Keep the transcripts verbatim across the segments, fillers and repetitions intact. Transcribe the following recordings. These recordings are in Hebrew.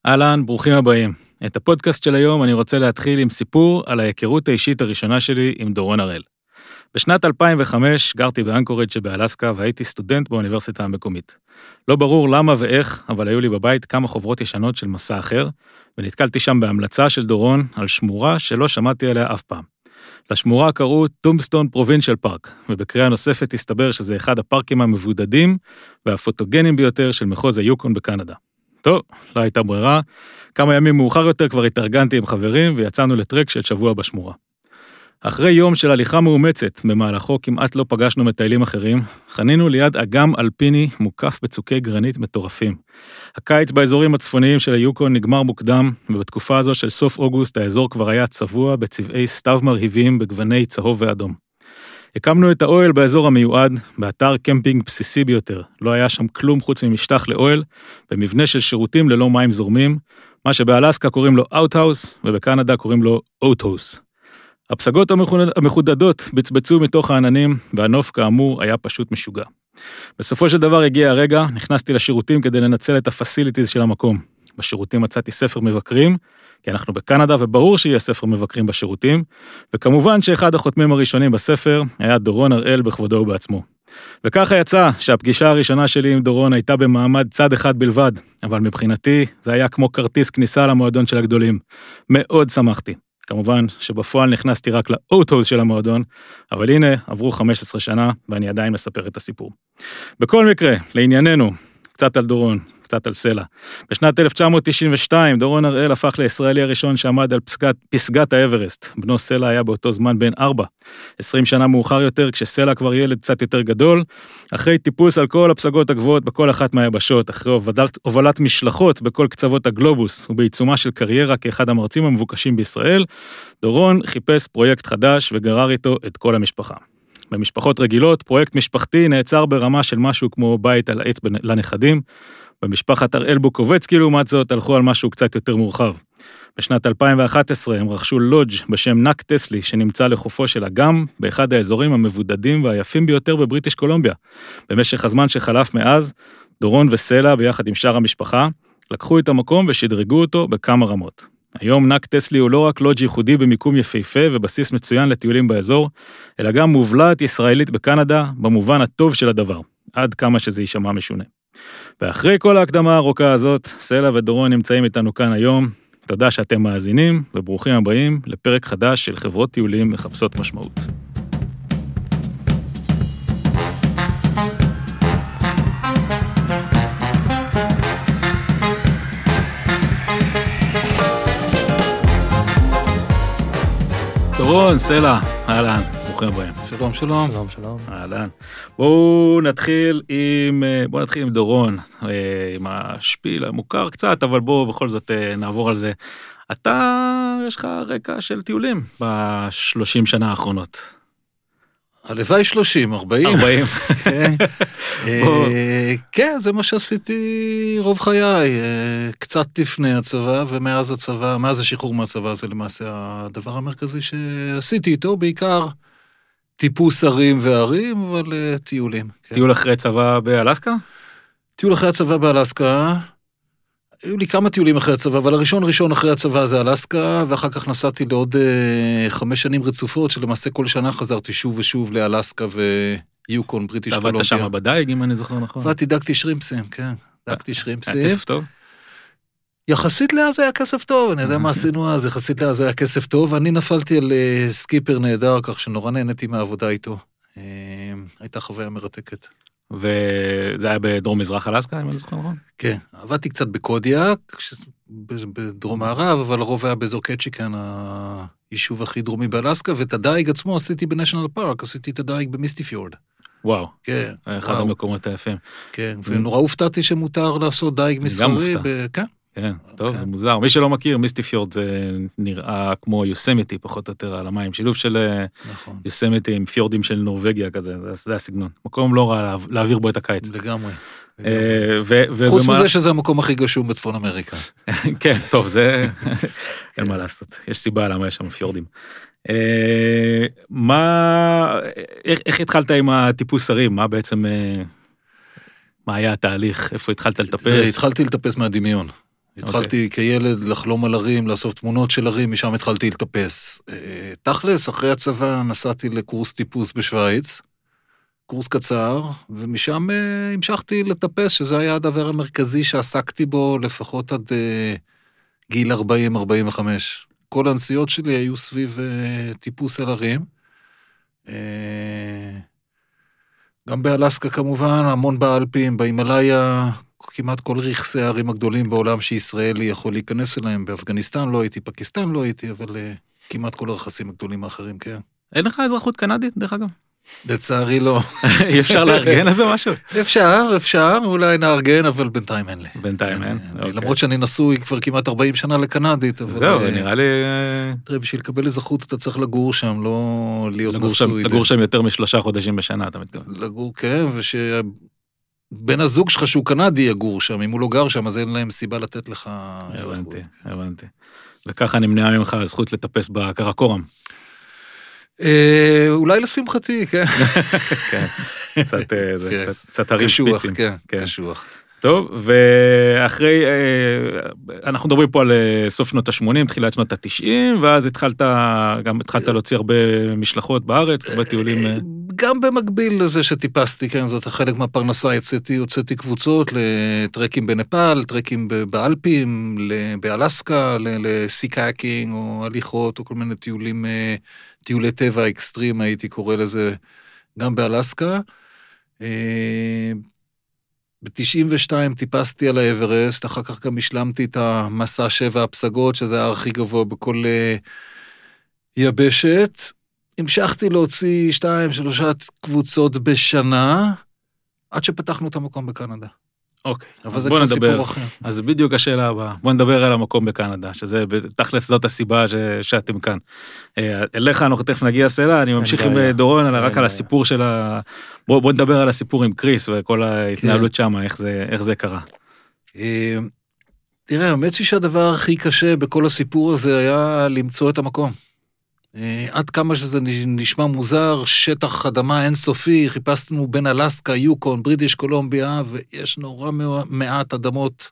אהלן, ברוכים הבאים. את הפודקאסט של היום אני רוצה להתחיל עם סיפור על ההיכרות האישית הראשונה שלי עם דורון הראל. בשנת אלפיים וחמש גרתי באנקורג' שבאלסקה והייתי סטודנט באוניברסיטה המקומית. לא ברור למה ואיך, אבל היו לי בבית כמה חוברות ישנות של מסע אחר, ונתקלתי שם בהמלצה של דורון על שמורה שלא שמעתי עליה אף פעם. לשמורה קראו טומבסטון פרובינציאל פארק, ובקריאה נוספת הסתבר שזה אחד הפארקים המבודדים והפוטוגנים ביותר של מחוז היוקון בקנדה. טוב, לא הייתה ברירה. כמה ימים מאוחר יותר כבר התארגנתי עם חברים ויצאנו לטרק של שבוע בשמורה. אחרי יום של הליכה מאומצת, במהלכו כמעט לא פגשנו מטיילים אחרים, חנינו ליד אגם אלפיני מוקף בצוקי גרנית מטורפים. הקיץ באזורים הצפוניים של היוקון נגמר מוקדם, ובתקופה הזו של סוף אוגוסט האזור כבר היה צבוע בצבעי סתיו מרהיבים בגווני צהוב ואדום. הקמנו את האוהל באזור המיועד, באתר קמפינג בסיסי ביותר. לא היה שם כלום חוץ ממשטח לאוהל, במבנה של שירותים ללא מים זורמים, מה שבאלסקה קוראים לו אאוטהאוס, ובקנדה קוראים לו אוטהאוס. הפסגות המחודדות בצבצו מתוך העננים, והנוף כאמור היה פשוט משוגע. בסופו של דבר הגיע הרגע, נכנסתי לשירותים כדי לנצל את הפסיליטיז של המקום. בשירותים מצאתי ספר מבקרים, כי אנחנו בקנדה וברור שיהיה ספר מבקרים בשירותים, וכמובן שאחד החותמים הראשונים בספר היה דורון הראל בכבודו ובעצמו. וככה יצא שהפגישה הראשונה שלי עם דורון הייתה במעמד צד אחד בלבד, אבל מבחינתי זה היה כמו כרטיס כניסה למועדון של הגדולים. מאוד שמחתי. כמובן שבפועל נכנסתי רק לאוטהאוס של המועדון, אבל הנה עברו חמש עשרה שנה ואני עדיין מספר את הסיפור. בכל מקרה, לענייננו, קצת על דורון, קצת על סלע. בשנת אלף תשע מאות תשעים ושתיים דורון הראל הפך לישראלי הראשון שעמד על פסגת, פסגת האברסט. בנו סלע היה באותו זמן בן ארבע. עשרים שנה מאוחר יותר, כשסלע כבר ילד קצת יותר גדול, אחרי טיפוס על כל הפסגות הגבוהות בכל אחת מהיבשות, אחרי הובלת, הובלת משלחות בכל קצוות הגלובוס, ובעיצומה של קריירה כאחד המרצים המבוקשים בישראל, דורון חיפש פרויקט חדש וגרר איתו את כל המשפחה. במשפחות רגילות, פרויקט משפחתי נעצר ברמה של משהו כמו בית על העץ לנכדים. במשפחת הראל בוקובצקי לעומת זאת הלכו על משהו קצת יותר מורחב. בשנת אלפיים ואחת עשרה הם רכשו לודג' בשם נק טסלי שנמצא לחופו של אגם, באחד האזורים המבודדים והיפים ביותר בבריטיש קולומביה. במשך הזמן שחלף מאז, דורון וסלע ביחד עם שאר המשפחה, לקחו את המקום ושדרגו אותו בכמה רמות. היום נק טסלי הוא לא רק לודג' ייחודי במיקום יפהפה ובסיס מצוין לטיולים באזור, אלא גם מובלעת ישראלית בקנדה במובן הטוב של הדבר, עד כמה שזה יישמע משונה. ואחרי כל ההקדמה הארוכה הזאת, סלע ודורון נמצאים איתנו כאן היום. תודה שאתם מאזינים, וברוכים הבאים לפרק חדש של חברות טיולים מחפשות משמעות. דורון, סלע, אהלן. ברוכים הבאים. שלום, שלום. שלום, שלום. אהלן. בואו נתחיל עם, בואו נתחיל עם דורון, עם השפיל המוכר קצת, אבל בואו בכל זאת נעבור על זה. אתה, יש לך רקע של טיולים בשלושים שנה האחרונות. הלוואי שלושים, ארבעים. ארבעים. כן, זה מה שעשיתי רוב חיי. קצת לפני הצבא, ומאז הצבא, מאז השחרור מהצבא, זה למעשה הדבר המרכזי שעשיתי איתו, בעיקר טיפוס ערים וערים, אבל טיולים. טיול אחרי צבא באלסקה? טיול אחרי הצבא באלסקה. היו לי כמה טיולים אחרי הצבא, אבל הראשון ראשון אחרי הצבא זה אלסקה, ואחר כך נסעתי לעוד uh, חמש שנים רצופות, שלמעשה כל שנה חזרתי שוב ושוב לאלסקה ויוקון, בריטיש קולומביה. עבדת שם בדייג, אם אני זוכר נכון. עבדתי, דגתי שרימפסים, כן. דגתי שרימפסים. היה כסף טוב? יחסית לאז היה כסף טוב, אני יודע מה עשינו אז, יחסית לאז היה כסף טוב, אני נפלתי על uh, סקיפר נהדר, כך שנורא נהניתי מהעבודה איתו. Uh, הייתה חוויה מרתקת. וזה היה בדרום מזרח אלסקה, אם אני זוכר נכון? כן, עבדתי קצת בקודיאק, בדרום הערב, אבל הרוב היה באזור קצ'יקן, היישוב הכי דרומי באלסקה, ואת הדייג עצמו עשיתי בנשיונל פארק, עשיתי את הדייג במיסטיפיורד. וואו, כן. אחד המקומות היפים. כן, ונורא הופתעתי שמותר לעשות דייג מסחרי. כן. כן, טוב, זה מוזר. מי שלא מכיר, מיסטיפיורד זה נראה כמו יוסמיטי, פחות או יותר על המים. שילוב של יוסמיטי עם פיורדים של נורווגיה כזה, זה הסגנון. מקום לא רע להעביר בו את הקיץ. לגמרי. חוץ מזה שזה המקום הכי גשום בצפון אמריקה. כן, טוב, זה אין מה לעשות. יש סיבה למה יש שם פיורדים. מה, איך התחלת עם הטיפוס ערים? מה בעצם, מה היה התהליך? איפה התחלת לטפס? התחלתי לטפס מהדמיון. התחלתי כילד לחלום על הרים, לאסוף תמונות של הרים, משם התחלתי לטפס. תכלס, אחרי הצבא נסעתי לקורס טיפוס בשוויץ, קורס קצר, ומשם המשכתי לטפס, שזה היה הדבר המרכזי שעסקתי בו לפחות עד גיל ארבעים ארבעים וחמש. כל הנסיעות שלי היו סביב טיפוס על הרים. גם באלסקה כמובן, המון באלפים, בהימאליה, כמעט כל רכסי הערים הגדולים בעולם שישראלי יכול להיכנס אליהם. באפגניסטן לא הייתי, פקיסטן לא הייתי, אבל כמעט כל הרכסים הגדולים האחרים, כן. אין לך אזרחות קנדית, דרך אגב? לצערי לא. אי אפשר לארגן איזה משהו? אפשר, אפשר, אולי נארגן, אבל בינתיים אין לי. בינתיים אין? למרות שאני נשוי כבר כמעט ארבעים שנה לקנדית. זהו, נראה לי... תראה, בשביל לקבל אזרחות אתה צריך לגור שם, לא להיות נשוי. לגור שם יותר משלושה חודשים בשנה, אתה מתכוון. לגור, כן, ושבן הזוג שלך שהוא קנדי יגור שם, אם הוא לא גר שם, אז אין להם סיבה לתת לך אזרחות. הבנתי, הבנתי. וככה נמנעה ממך הזכות לטפס בקרקורם. אולי לשמחתי, כן. כן, קצת הרים שפיצים. כן, קשוח. טוב, ואחרי, אנחנו מדברים פה על סוף שנות ה-שמונים, תחילת שנות ה-תשעים, ואז התחלת, גם התחלת להוציא הרבה משלחות בארץ, הרבה טיולים. גם במקביל לזה שטיפסתי, כן, זאת חלק מהפרנסה, יצאתי, הוצאתי קבוצות לטרקים בנפאל, טרקים באלפים, באלסקה, לסי-קייקינג או הליכות, או כל מיני טיולים, טיולי טבע אקסטרים, הייתי קורא לזה, גם באלסקה. ב-תשעים ושתיים טיפסתי על האברסט, אחר כך גם השלמתי את המסע שבע הפסגות, שזה היה הכי גבוה בכל יבשת. המשכתי להוציא שתיים, שלושה קבוצות בשנה, עד שפתחנו את המקום בקנדה. אוקיי. אבל זה כבר סיפור אחר. אז בדיוק השאלה הבאה. בוא נדבר על המקום בקנדה, שזה תכלס זאת הסיבה שאתם כאן. אליך אנחנו תכף נגיע סלע, אני ממשיך עם דורון, רק על הסיפור של ה... בוא נדבר על הסיפור עם קריס, וכל ההתנהלות שם, איך זה קרה. תראה, האמת שהדבר הכי קשה בכל הסיפור הזה היה למצוא את המקום. עד כמה שזה נשמע מוזר, שטח אדמה אינסופי, חיפשנו בין אלסקה, יוקון, בריטיש קולומביה, ויש נורא מעט אדמות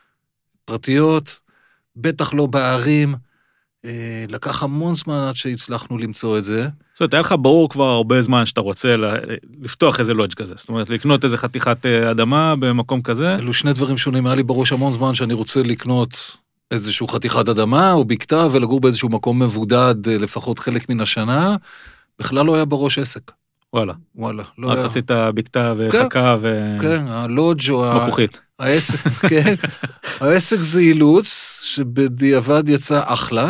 פרטיות, בטח לא בערים, לקח המון זמן עד שהצלחנו למצוא את זה. זאת אומרת, היה לך ברור כבר הרבה זמן שאתה רוצה לפתוח איזה לודג' כזה, זאת אומרת, לקנות איזה חתיכת אדמה במקום כזה. אלו שני דברים שונים, היה לי בראש המון זמן שאני רוצה לקנות איזשהו חתיכת אדמה או בקתה, ולגור באיזשהו מקום מבודד לפחות חלק מן השנה, בכלל לא היה בראש עסק. וואלה. וואלה. לא רק רצית בקתה וחכה ו... כן, הלודג' או... מפוחית. העסק, כן. העסק זה אילוץ, שבדיעבד יצא אחלה,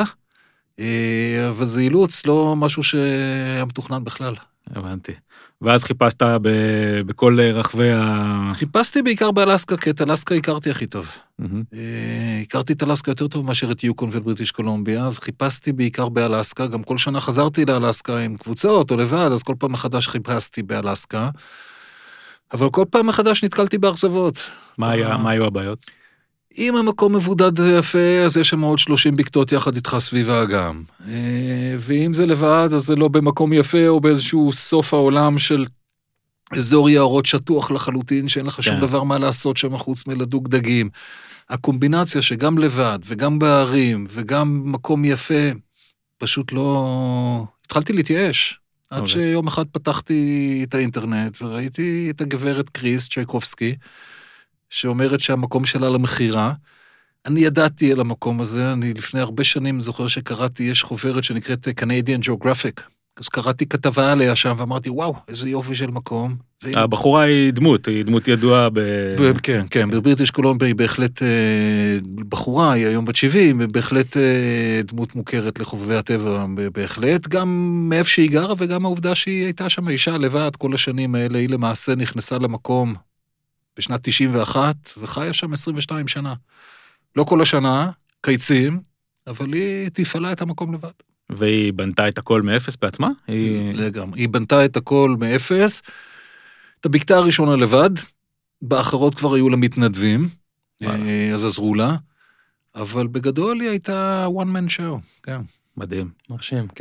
אבל זה אילוץ, לא משהו שהיה מתוכנן בכלל. הבנתי. ואז חיפשת בכל רחבי ה... חיפשתי בעיקר באלסקה, כי את אלסקה הכרתי הכי טוב. הכרתי את אלסקה יותר טוב מאשר את יוקון ובריטיש קולומביה, אז חיפשתי בעיקר באלסקה, גם כל שנה חזרתי לאלסקה עם קבוצות או לבד, אז כל פעם מחדש חיפשתי באלסקה, אבל כל פעם מחדש נתקלתי באכזבות. מה היו הבעיות? אם המקום מבודד ויפה, אז יש שם עוד שלושים בקתות יחד איתך סביב האגם. ואם זה לבד, אז זה לא במקום יפה, או באיזשהו סוף העולם של אזור יערות שטוח לחלוטין, שאין לך שום דבר מה לעשות שם חוץ מלדוג דגים. הקומבינציה שגם לבד, וגם בערים, וגם מקום יפה, פשוט לא... התחלתי להתייאש. עד שיום אחד פתחתי את האינטרנט, וראיתי את הגברת קריס צ'ייקובסקי, שאומרת שהמקום שלה למחירה. אני ידעתי על המקום הזה, אני לפני הרבה שנים זוכר שקראתי, יש חוברת שנקראת Canadian Geographic, אז קראתי כתבה עליה שם, ואמרתי, וואו, איזה יופי של מקום. הבחורה היא דמות, היא דמות ידועה ב... כן, כן, בבריטיש קולומביה היא בהחלט בחורה, היא היום בת שבעים, בהחלט דמות מוכרת לחובבי הטבע, בהחלט, גם מאיפה שהיא גרה, וגם העובדה שהיא הייתה שם אישה לבד כל השנים האלה, היא למעשה נכנסה למקום בשנת תשעים ואחת, וחיה שם עשרים ושתיים שנה. לא כל השנה, קיצים, אבל היא תפעלה את המקום לבד. והיא בנתה את הכל מאפס בעצמה? היא... לגמרי. היא בנתה את הכל מאפס. את הבקתה הראשונה לבד, באחרות כבר היו לה מתנדבים, אז עזרו לה, אבל בגדול היא הייתה one man show, כן. מדהים. מרשים, כן.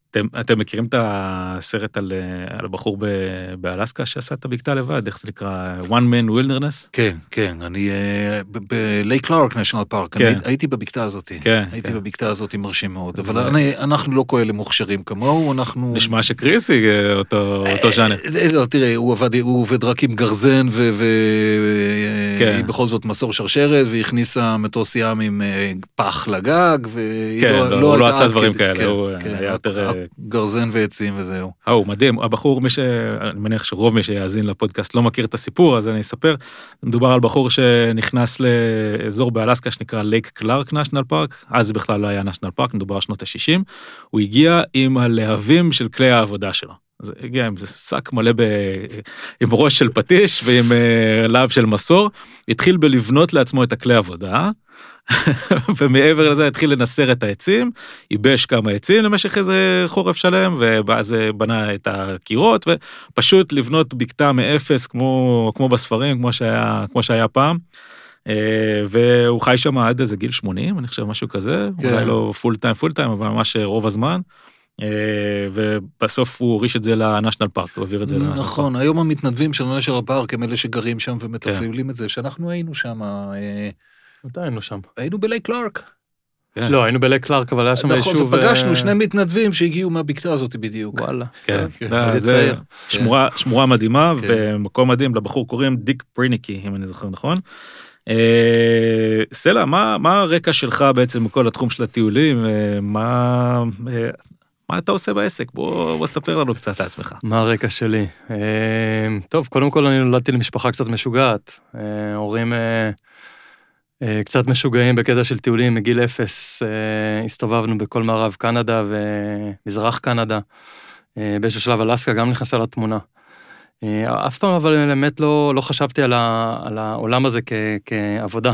אתם, אתם מכירים את הסרט על, על הבחור ב, באלסקה שעשה את הבקתה לבד, איך זה נקרא? One Man Wilderness? כן, כן, אני בלייק קלארק נשיונל פארק, אני הייתי בבקתה הזאת, כן, הייתי כן. בבקתה הזאת מרשים מאוד, אבל אני, אנחנו לא כאלה מוכשרים כמוהו, אנחנו... נשמע שקריס היא אותו, אותו ז'אנר. לא, תראה, הוא עבד, הוא עובד רק עם גרזן, והיא בכל זאת מסור שרשרת, והיא הכניסה מטוס ים עם פח לגג, כן, הוא לא עשה דברים כאלה, הוא היה יותר... גרזן ועצים וזהו. הוא מדהים, הבחור, מי ש... אני מניח שרוב מי שיאזין לפודקאסט לא מכיר את הסיפור, אז אני אספר. מדובר על בחור שנכנס לאזור באלסקה שנקרא לייק קלארק נשיונל פארק, אז בכלל לא היה נשיונל פארק, מדובר על שנות ה-שישים, הוא הגיע עם הלהבים של כלי העבודה שלו. אז הגיע עם זה שק מלא ב... עם ראש של פטיש ועם להב של מסור, התחיל בלבנות לעצמו את הכלי העבודה, ומעבר לזה התחיל לנסר את העצים, ייבש כמה עצים למשך איזה חורף שלם, ואז בנה את הקירות, ופשוט לבנות בקתה מאפס, כמו, כמו בספרים, כמו שהיה, כמו שהיה פעם. והוא חי שם עד איזה גיל שמונים, אני חושב משהו כזה, כן. אולי לא פול טיים, פול טיים, אבל ממש רוב הזמן. ובסוף הוא הוריש את זה לנשיונל פארק, הוא העביר את זה לנשיונל פארק. נכון, היום המתנדבים של נשיונל פארק הם אלה שגרים שם ומתפעלים את זה, שאנחנו היינו שם... מתי היינו שם? היינו בלייק קלארק. לא, היינו בלייק קלארק, אבל היה שם יישוב... נכון, ופגשנו שני מתנדבים שהגיעו מהבקתה הזאת בדיוק. וואלה. כן, זה שמורה מדהימה, ומקום מדהים, לבחור קוראים דיק פריניקי, אם אני זוכר נכון. סלע, מה הרקע שלך בעצם בכל התחום של הטיולים? מה... מה אתה עושה בעסק? בוא, בוא ספר לנו קצת לעצמך. מה הרקע שלי? טוב, קודם כל אני נולדתי למשפחה קצת משוגעת. הורים קצת משוגעים בקטע של טיולים, מגיל אפס הסתובבנו בכל מערב קנדה ומזרח קנדה. באיזשהו שלב אלסקה גם נכנסה לתמונה. אף פעם אבל באמת לא, לא חשבתי על, ה, על העולם הזה כ, כעבודה.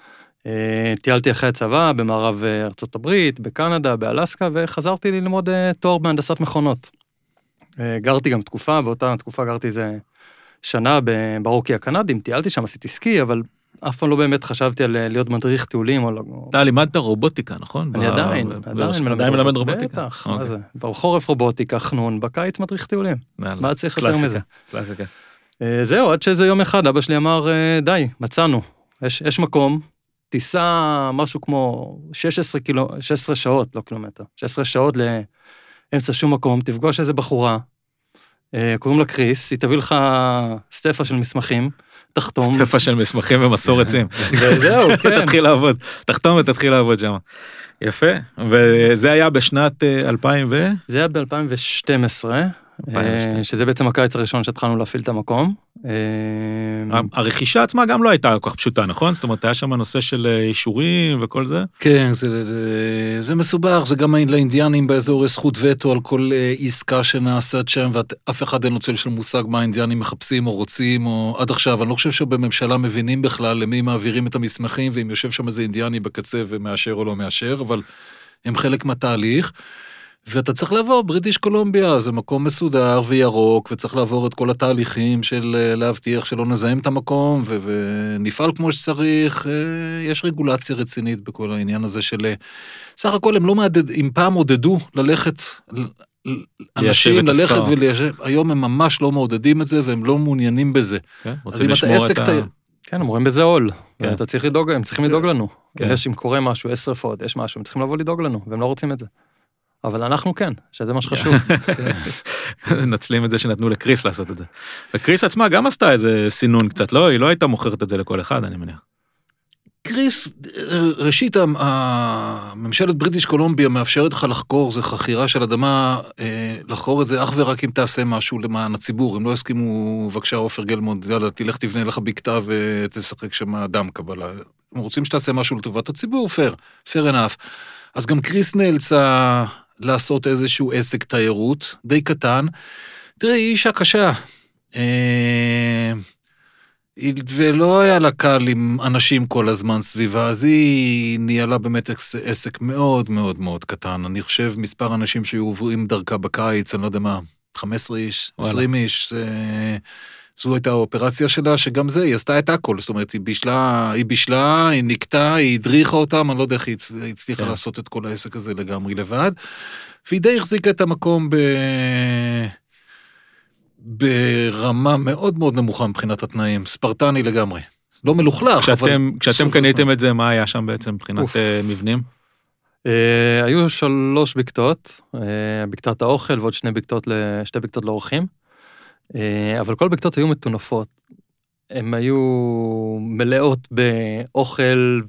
טיילתי אחרי הצבא במערב ארצות הברית, בקנדה, באלסקה, וחזרתי ללמוד תואר בהנדסת מכונות. גרתי גם תקופה, באותה תקופה גרתי איזה שנה ברוקי הקנדים, טיילתי שם, עשיתי סקי, אבל אף פעם לא באמת חשבתי על להיות מדריך טיולים. אתה לימדת רובוטיקה, נכון? אני עדיין, עדיין מלמד רובוטיקה. בטח, מה זה? בחורף רובוטיקה, חנון, בקיץ מדריך טיולים. מה צריך יותר מזה? קלאסיקה. זהו, עד שזה יום אחד, אבא שלי אמר, די, מצאנו. יש מקום, טיסה משהו כמו שש עשרה קילו, שש עשרה שעות, לא קילומטר, שש עשרה שעות לאמצע שום מקום, תפגוש איזה בחורה, קוראים לה קריס, היא תביא לך סטפה של מסמכים, תחתום. סטפה של מסמכים ומסור עצים. וזהו, כן. תתחיל לעבוד, תחתום ותתחיל לעבוד שם. יפה, וזה היה בשנת אלפיים ו... זה היה ב-אלפיים ושתים עשרה, שזה בעצם הקיץ הראשון שהתחלנו להפעיל את המקום. הרכישה עצמה גם לא הייתה כל כך פשוטה, נכון? זאת אומרת, היה שם הנושא של אישורים וכל זה? כן, זה, זה, זה מסובך, זה גם לאינדיאנים באזור יש זכות וטו על כל עסקה שנעשית שם, ואף אחד אין לו צל של מושג מה האינדיאנים מחפשים או רוצים, או עד עכשיו, אני לא חושב שבממשלה מבינים בכלל למי מעבירים את המסמכים, ואם יושב שם איזה אינדיאני בקצה ומאשר או לא מאשר, אבל הם חלק מהתהליך. ואתה צריך לעבור, בריטיש קולומביה, זה מקום מסודר וירוק, וצריך לעבור את כל התהליכים של להבטיח שלא נזהם את המקום, ו- ונפעל כמו שצריך, יש רגולציה רצינית בכל העניין הזה של... סך הכל הם לא מעדד, אם פעם עודדו ללכת, אנשים ללכת וליישב, היום הם ממש לא מעודדים את זה, והם לא מעוניינים בזה. אז אם אתה עסק... כן, הם רואים בזה עול, אתה צריך לדאוג, הם צריכים לדאוג לנו. יש, אם קורה משהו, יש שרפות, יש משהו, הם צריכים לבוא לדאוג לנו, והם לא רוצים את זה. אבל אנחנו כן, שזה מה שחשוב. נצלים את זה שנתנו לקריס לעשות את זה. וקריס עצמה גם עשתה איזה סינון קצת, לא? היא לא הייתה מוכרת את זה לכל אחד, אני מניח. קריס, ראשית, הממשלת בריטיש קולומביה מאפשרת לך לחקור, זה חכירה של אדמה, לחקור את זה אך ורק אם תעשה משהו למען הציבור, הם לא הסכימו, בבקשה, עופר גלמונד, יאללה, תלך תבנה לך בקתה ותשחק שם אדם קבלה. הם רוצים שתעשה משהו לטובת הציבור, fair, fair enough. אז גם קריס נאלצה לעשות איזשהו עסק תיירות, די קטן. תראה, היא אישה קשה. ולא היה לה קל עם אנשים כל הזמן סביבה, אז היא ניהלה באמת עסק מאוד מאוד מאוד קטן. אני חושב מספר אנשים שהיו עוברים דרכה בקיץ, אני לא יודע מה, חמישה עשר איש, עשרים איש, זו הייתה האופרציה שלה, שגם זה, היא עשתה את הכל, זאת אומרת, היא בישלה, היא בישלה, היא נקטה, היא הדריכה אותם, אני לא יודע איך היא הצליחה לעשות את כל העסק הזה לגמרי לבד, והיא די החזיקה את המקום ב... ברמה מאוד מאוד נמוכה מבחינת התנאים, ספרטני לגמרי. לא מלוכלך, כשאתם, אבל... כשאתם קניתם את זה, מה היה שם בעצם מבחינת אוף. מבנים? Uh, היו שלוש בקתות, uh, בקתת האוכל ועוד שני בקתות, שתי בקתות לאורחים, uh, אבל כל בקתות היו מטונפות. הן היו מלאות באוכל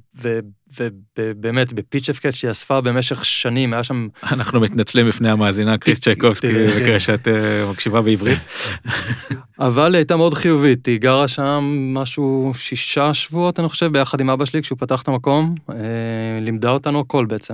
ובאמת בפיץ' אפקט שהיא אספה במשך שנים, היה שם... אנחנו מתנצלים בפני המאזינה, קריס צ'ייקובסקי, בקרה שאת מקשיבה בעברית. אבל היא הייתה מאוד חיובית, היא גרה שם משהו שישה שבועות, אני חושב, ביחד עם אבא שלי, כשהוא פתח את המקום, לימדה אותנו הכל בעצם.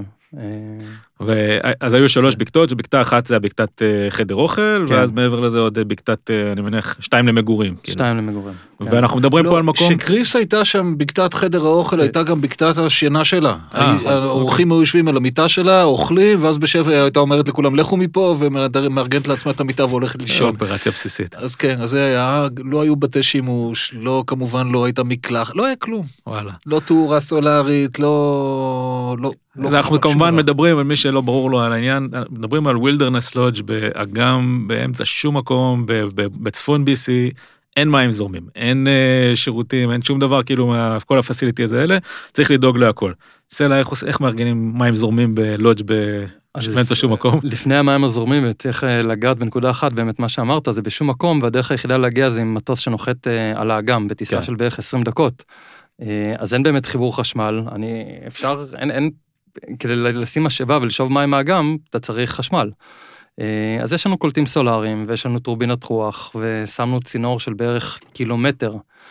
אז היו שלוש בקתות, שבקתה אחת זה הבקתת חדר אוכל, ואז מעבר לזה עוד בקתת, אני מניח, שתיים למגורים. שתיים למגורים. ואנחנו מדברים פה על מקום... שקריס הייתה שם בקתת חדר האוכל, הייתה גם בקתת השינה שלה. האורחים היו יושבים על המיטה שלה, אוכלים, ואז בשבע הייתה אומרת לכולם, לכו מפה, ומארגנת לעצמה את המיטה והולכת לישון. אופרציה בסיסית. אז כן, אז זה היה, לא היו בתי שימוש, לא, כמובן לא הייתה מקלח, לא היה כלום. וואלה. לא תאורה סולארית, לא... אנחנו כמובן מדברים, על מי שלא ברור לו על העניין, מדברים על וילדרנס לודג' באגם, באמצע שום מקום, בצפון בי סי, אין מים זורמים, אין שירותים, אין שום דבר, כאילו, כל הפסיליטי הזה האלה, צריך לדאוג להכל. סלע, איך מארגנים מים זורמים בלודג' באמצע שום מקום? לפני המים הזורמים, צריך לגעת בנקודה אחת, באמת מה שאמרת, זה בשום מקום, והדרך היחידה להגיע זה עם מטוס שנוחת על האגם, בטיסה של בערך עשרים דקות. אז אין באמת חיבור חשמל, אני, אפשר, אין, אין, כדי לשים משאבה ולשאוב מים מהאגם, אתה צריך חשמל. אז יש לנו קולטים סולאריים, ויש לנו טורבינת רוח, ושמנו צינור של בערך קילומטר,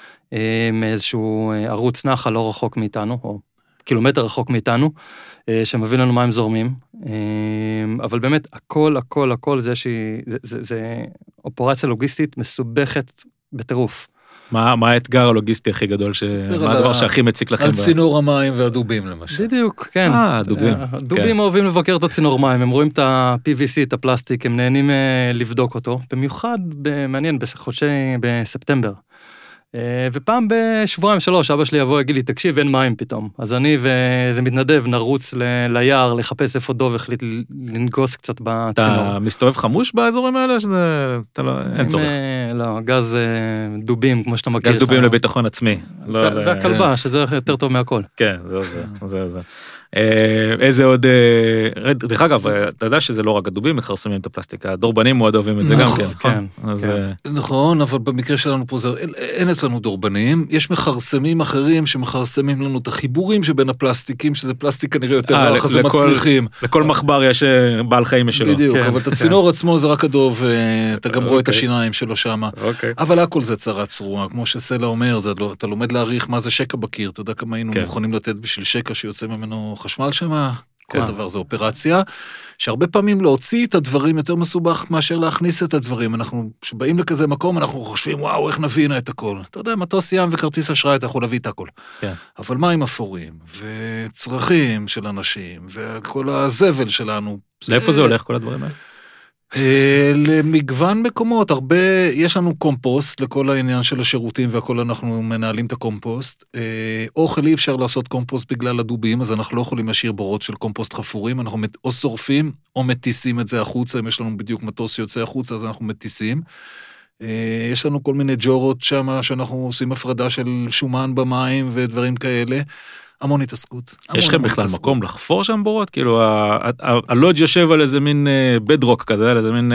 מאיזשהו ערוץ נחל לא רחוק מאיתנו, או קילומטר רחוק מאיתנו, שמביא לנו מים זורמים. אבל באמת, הכל, הכל, הכל, זה, שהיא, זה, זה, זה אופרציה לוגיסטית מסובכת בטירוף. מה, מה האתגר הלוגיסטי הכי גדול, מה הדבר שהכי מציק לכם? על צינור המים והדובים למשל. בדיוק, כן. אה, דובים. דובים אוהבים לבקר את הצינור מים, הם רואים את ה-פי וי סי, את הפלסטיק, הם נהנים לבדוק אותו, במיוחד, מעניין, בחודשי, בספטמבר. ופעם בשבועיים שלוש, אבא שלי יבוא, יגיד לי, תקשיב, אין מים פתאום. אז אני ואיזה מתנדב נרוץ ליער, לחפש איפה דוב, החליט לנגוס קצת בצינור. אתה מסתובב חמוש באזורים האלה, שזה, אתה לא, אין צורך. לא, גז דובים, כמו שאתה מכיר. גז דובים לביטחון עצמי. והכלבה, שזה יותר טוב מהכל. כן, זה זה, זה זה. איזה עוד, דרך אגב, אתה יודע שזה לא רק הדובים מכרסמים את הפלסטיק, הדורבנים מאוד אוהבים את זה גם כן. נכון, אבל במקרה שלנו פה אין אצלנו דורבנים, יש מכרסמים אחרים שמכרסמים לנו את החיבורים שבין הפלסטיקים, שזה פלסטיק כנראה יותר רך, אז הם מצליחים. לכל מחבר יש בעל חיים משלו. בדיוק, אבל את הצינור עצמו זה רק הדוב, אתה גם רואה את השיניים שלו שם. אבל הכל זה צרת צרורה, כמו שסלע אומר, אתה לומד להעריך מה זה שקע בקיר, אתה יודע כמה היינו מוכנים לתת בשביל שקע שיוצא ממנו חשמל שמה, כל דבר זה אופרציה, שהרבה פעמים להוציא את הדברים יותר מסובך מאשר להכניס את הדברים. אנחנו, כשבאים לכזה מקום, אנחנו חושבים, וואו, איך נביא את הכל. אתה יודע, מטוס ים וכרטיס אשראי, אתה יכול להביא את הכל. כן. אבל מים אפורים, וצרכים של אנשים, וכל הזבל שלנו. לאיפה זה הולך, כל הדברים האלה? למגוון מקומות, הרבה, יש לנו קומפוסט לכל העניין של השירותים והכל אנחנו מנהלים את הקומפוסט. אוכל אי אפשר לעשות קומפוסט בגלל הדובים, אז אנחנו לא יכולים להשאיר בורות של קומפוסט חפורים, אנחנו או שורפים או מטיסים את זה החוצה, אם יש לנו בדיוק מטוס שיוצא החוצה, אז אנחנו מטיסים. יש לנו כל מיני ג'ורות שם, שאנחנו עושים הפרדה של שומן במים ודברים כאלה. המון התעסקות. יש לכם בכלל מקום לחפור שם בורות? כאילו, הלודג' יושב על איזה מין בדרוק כזה, על איזה מין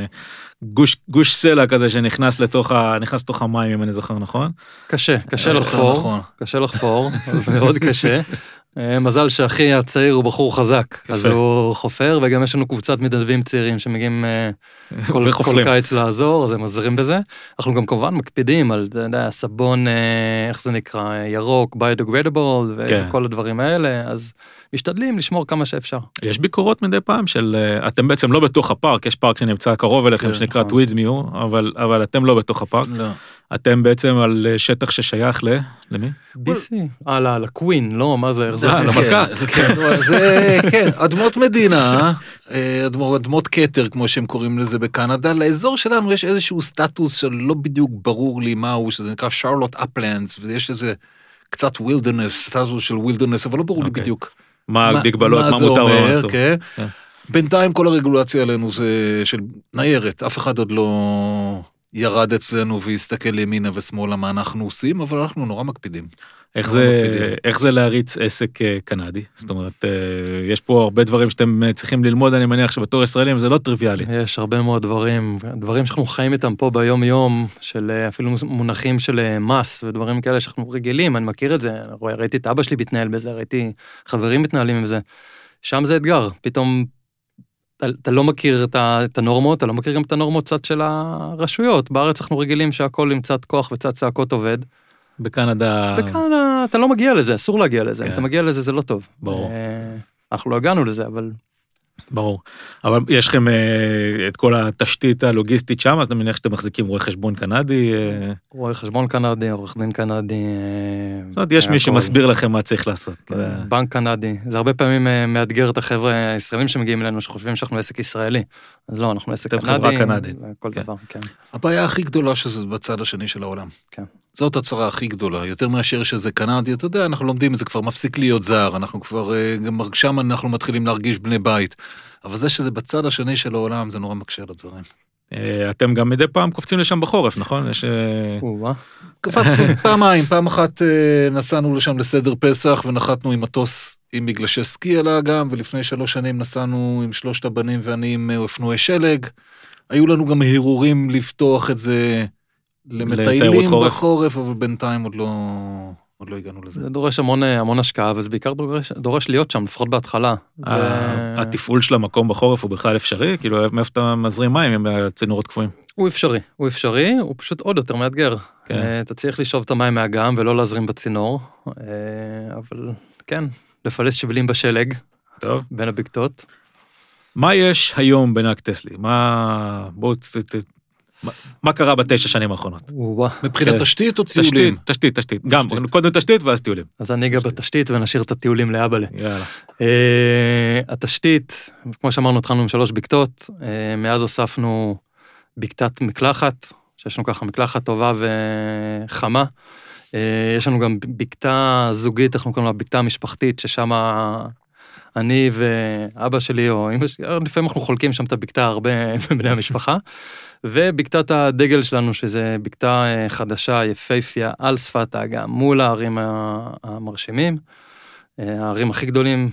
גוש סלע כזה שנכנס לתוך המים, אם אני זוכר נכון? קשה, קשה לחפור, קשה לחפור, מאוד קשה. מזל שהכי הצעיר הוא בחור חזק, אז הוא חופר, וגם יש לנו קבוצת מתנדבים צעירים שמגיעים כל קיץ לעזור, אז הם עזרים בזה. אנחנו גם כמובן מקפידים על, אתה יודע, סבון, איך זה נקרא, ירוק, ביודגרדיבול, וכל הדברים האלה, אז משתדלים לשמור כמה שאפשר. יש ביקורות מדי פעם של, אתם בעצם לא בתוך הפארק, יש פארק שנמצא קרוב אליכם, שנקרא טווידסמיו, אבל אתם לא בתוך הפארק. אתם בעצם על שטח ששייך ל... למי? בי סי. אה, לקווין, לא, מה זה? זה, למלכה. זה, כן, אדמות מדינה, אדמות כתר, כמו שהם קוראים לזה בקנדה, לאזור שלנו יש איזשהו סטטוס שלא בדיוק ברור לי מהו, שזה נקרא שרלוט אפלנדס, ויש איזה קצת וילדרנס, סטטוס של וילדרנס, אבל לא ברור לי בדיוק. מה המגבלות, מה מותר ומה אסור. בינתיים כל הרגולציה עלינו זה של ניירת, אף אחד עוד לא ירד אצלנו ויסתכל ימינה ושמאלה מה אנחנו עושים, אבל אנחנו נורא מקפידים. איך זה, איך זה להריץ עסק קנדי? זאת אומרת, יש פה הרבה דברים שאתם צריכים ללמוד, אני מניח שבתור ישראלים זה לא טריוויאלי. יש הרבה מאוד דברים, דברים שאנחנו חיים איתם פה ביום יום, של אפילו מונחים של מס ודברים כאלה שאנחנו רגילים, אני מכיר את זה, ראיתי את אבא שלי מתנהל בזה, ראיתי חברים מתנהלים עם זה, שם זה אתגר, פתאום אתה, אתה לא מכיר את, ה, את הנורמות, אתה לא מכיר גם את הנורמות צד של הרשויות, בארץ אנחנו רגילים שהכל עם צד כוח וצד צעקות עובד, בקנדה... בקנדה אתה לא מגיע לזה, אסור להגיע לזה, אם אתה מגיע לזה זה לא טוב. ברור. אנחנו לא הגענו לזה, אבל... ברור. אבל יש לכם את כל התשתית הלוגיסטית שם, אז אני מניח שאתם מחזיקים רואה חשבון קנדי. רואה חשבון קנדי, עורך דין קנדי. זאת אומרת, יש מי שמסביר לכם מה צריך לעשות. בנק קנדי. זה הרבה פעמים מאתגר את החבר'ה הישראלים שמגיעים אלינו, שחושבים שאנחנו עסק ישראלי. אז לא, אנחנו עסק קנדי. אתם חברה קנדית. כל דבר, כן. הבעיה הכי גדולה שזה בצד השני של העולם. כן. זאת הצרה הכי גדולה, יותר מאשר שזה קנדי, אתה יודע, אנחנו לומדים, זה כבר מפסיק להיות זר, אנחנו כבר, גם שם אנחנו מתחילים להרגיש בני בית, אבל זה שזה בצד השני של העולם, זה נורא מקשה על הדברים. אתם גם מדי פעם קופצים לשם בחורף, נכון? יש... קפצנו פעמיים, פעם אחת נסענו לשם לסדר פסח, ונחתנו עם מטוס עם מגלשי סקי על האגם, ולפני שלוש שנים נסענו עם שלושת הבנים ואני עם אופנועי שלג, היו לנו גם הרהורים לפתוח את זה למטיילים בחורף, אבל בינתיים עוד לא, עוד לא הגענו לזה. זה דורש המון, המון השקעה, וזה בעיקר דורש, דורש להיות שם, לפחות בהתחלה. התפעול של המקום בחורף הוא בכלל אפשרי? כאילו, מאיפה אתה מזרים מים עם צינורות קפואים? הוא אפשרי, הוא אפשרי, הוא פשוט עוד יותר מאתגר. אתה צריך לשאוב את המים מהאגם ולא להזרים בצינור, אבל כן, לפלס שבילים בשלג, טוב. בין הבקתות. מה יש היום בנהג טסלי? מה... בואו... מה קרה בתשע שנים האחרונות? מבחינת תשתית או טיולים? תשתית, תשתית. גם, קודם תשתית ואז טיולים. אז אני אגע בתשתית ונשאיר את הטיולים לאבאלה. יאללה. התשתית, כמו שאמרנו, התחלנו עם שלוש בקתות, מאז הוספנו בקתת מקלחת, שיש לנו ככה מקלחת טובה וחמה. יש לנו גם בקתה זוגית, אנחנו קוראים לה בקתה משפחתית, ששם אני ואבא שלי, או אמא שלי, לפעמים אנחנו חולקים שם את הבקתה הרבה בני המשפחה, ובקתת הדגל שלנו, שזה בקתה חדשה, יפהפייה, על שפת האגם, מול הערים המרשימים, הערים הכי גדולים,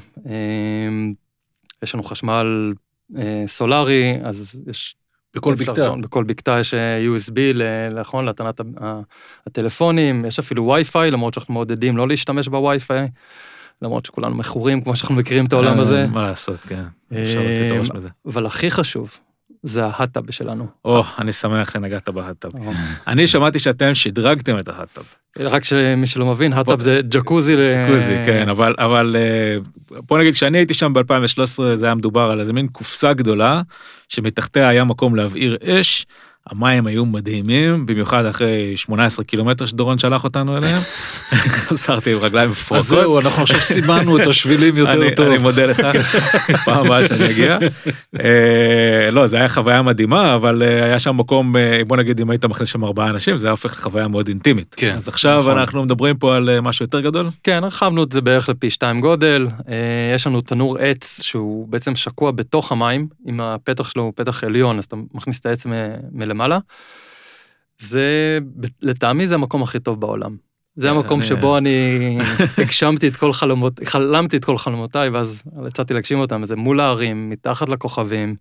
יש לנו חשמל סולרי, אז יש... בכל בקתה. בכל בקתה יש יו אס בי, נכון, להתנת הטלפונים, יש אפילו וי-פיי, למרות שאנחנו מעודדים לא להשתמש בווי-פיי, למרות שכולנו מכורים, כמו שאנחנו מכירים את העולם הזה. מה לעשות, כן. אפשר להוציא את הראש מזה. אבל הכי חשוב, זה ההטאב שלנו. או, אני שמח שנגעת בהטאב. אני שמעתי שאתם שדרגתם את ההטאב. רק שמי שלא מבין, ההטאב זה ג'קוזי. ג'קוזי, כן, אבל בוא נגיד, כשאני הייתי שם ב-אלפיים ושלוש עשרה, זה היה מדובר על איזה מין קופסה גדולה, שמתחתיה היה מקום להבעיר אש, המים היו מדהימים, במיוחד אחרי שמונה עשרה קילומטר שדורון שלח אותנו אליהם. חסרתי עם רגליים מפרקות. אז זהו, אנחנו עכשיו סימנו את השבילים יותר טוב. אני מודה לך, פעם הבאה שאני אגיע. לא, זה היה חוויה מדהימה, אבל היה שם מקום, בוא נגיד, אם היית מכניס שם ארבעה אנשים, זה היה הופך לחוויה מאוד אינטימית. אז עכשיו אנחנו מדברים פה על משהו יותר גדול? כן, הרחבנו את זה בערך לפי שתיים גודל. יש לנו תנור עץ שהוא בעצם שקוע בתוך המים, עם הפתח שלו הוא פתח עליון, אז אתה מכניס את העץ מלמעלה. זה, לטעמי זה המקום הכי טוב בעולם. זה המקום שבו אני הגשמתי את כל חלומות, חלמתי את כל חלומותיי, ואז יצאתי להגשים אותם, זה מול הערים, מתחת לכוכבים,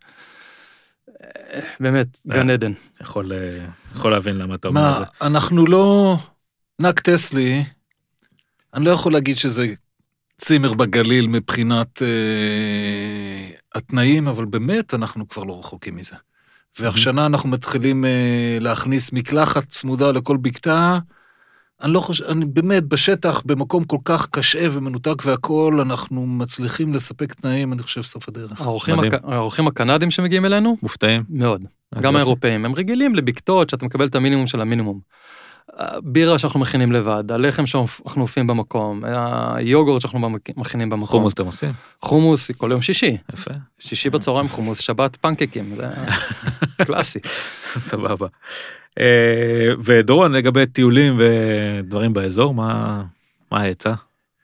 באמת, גן עדן. יכול, יכול להבין למה אתה אומר את זה. אנחנו לא, נהג טסלי, אני לא יכול להגיד שזה צימר בגליל מבחינת אה, התנאים, אבל באמת אנחנו כבר לא רחוקים מזה. והשנה אנחנו מתחילים אה, להכניס מקלחת צמודה לכל בקתה, אני לא חושב, אני באמת בשטח, במקום כל כך קשה ומנותק והכל, אנחנו מצליחים לספק תנאים, אני חושב, סוף הדרך. האורחים הקנדים שמגיעים אלינו? מופתעים. מאוד. גם האירופאים. הם רגילים לבקתות שאתה מקבל את המינימום של המינימום. בירה שאנחנו מכינים לבד, הלחם שאנחנו אופים במקום, היוגורט שאנחנו מכינים במקום. חומוס אתם עושים? חומוס כל יום שישי. יפה. שישי בצהריים חומוס, שבת פנקקים, זה קלאסי. סבבה. ודורון, לגבי טיולים ודברים באזור, מה העצה?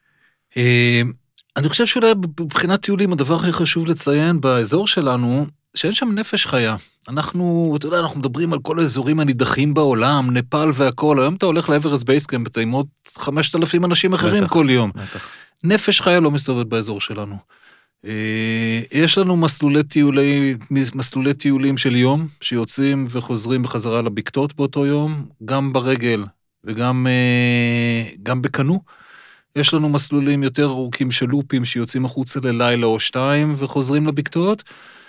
אני חושב שאולי מבחינת טיולים, הדבר הכי חשוב לציין באזור שלנו, שאין שם נפש חיה. אנחנו, אתה יודע, אנחנו מדברים על כל האזורים הנידחים בעולם, נפאל והכל, היום אתה הולך לאברסט בייסקאמפ, ותאימות חמשת אלפים אנשים אחרים בטח, כל יום. בטח. נפש חיה לא מסתובבת באזור שלנו. יש לנו מסלולי טיולי, מסלולי טיולים של יום, שיוצאים וחוזרים בחזרה לבקתות באותו יום, גם ברגל וגם גם בקנו. יש לנו מסלולים יותר ארוכים של לופים, שיוצאים החוצה ללילה או שתיים, וחוזרים לבקתות.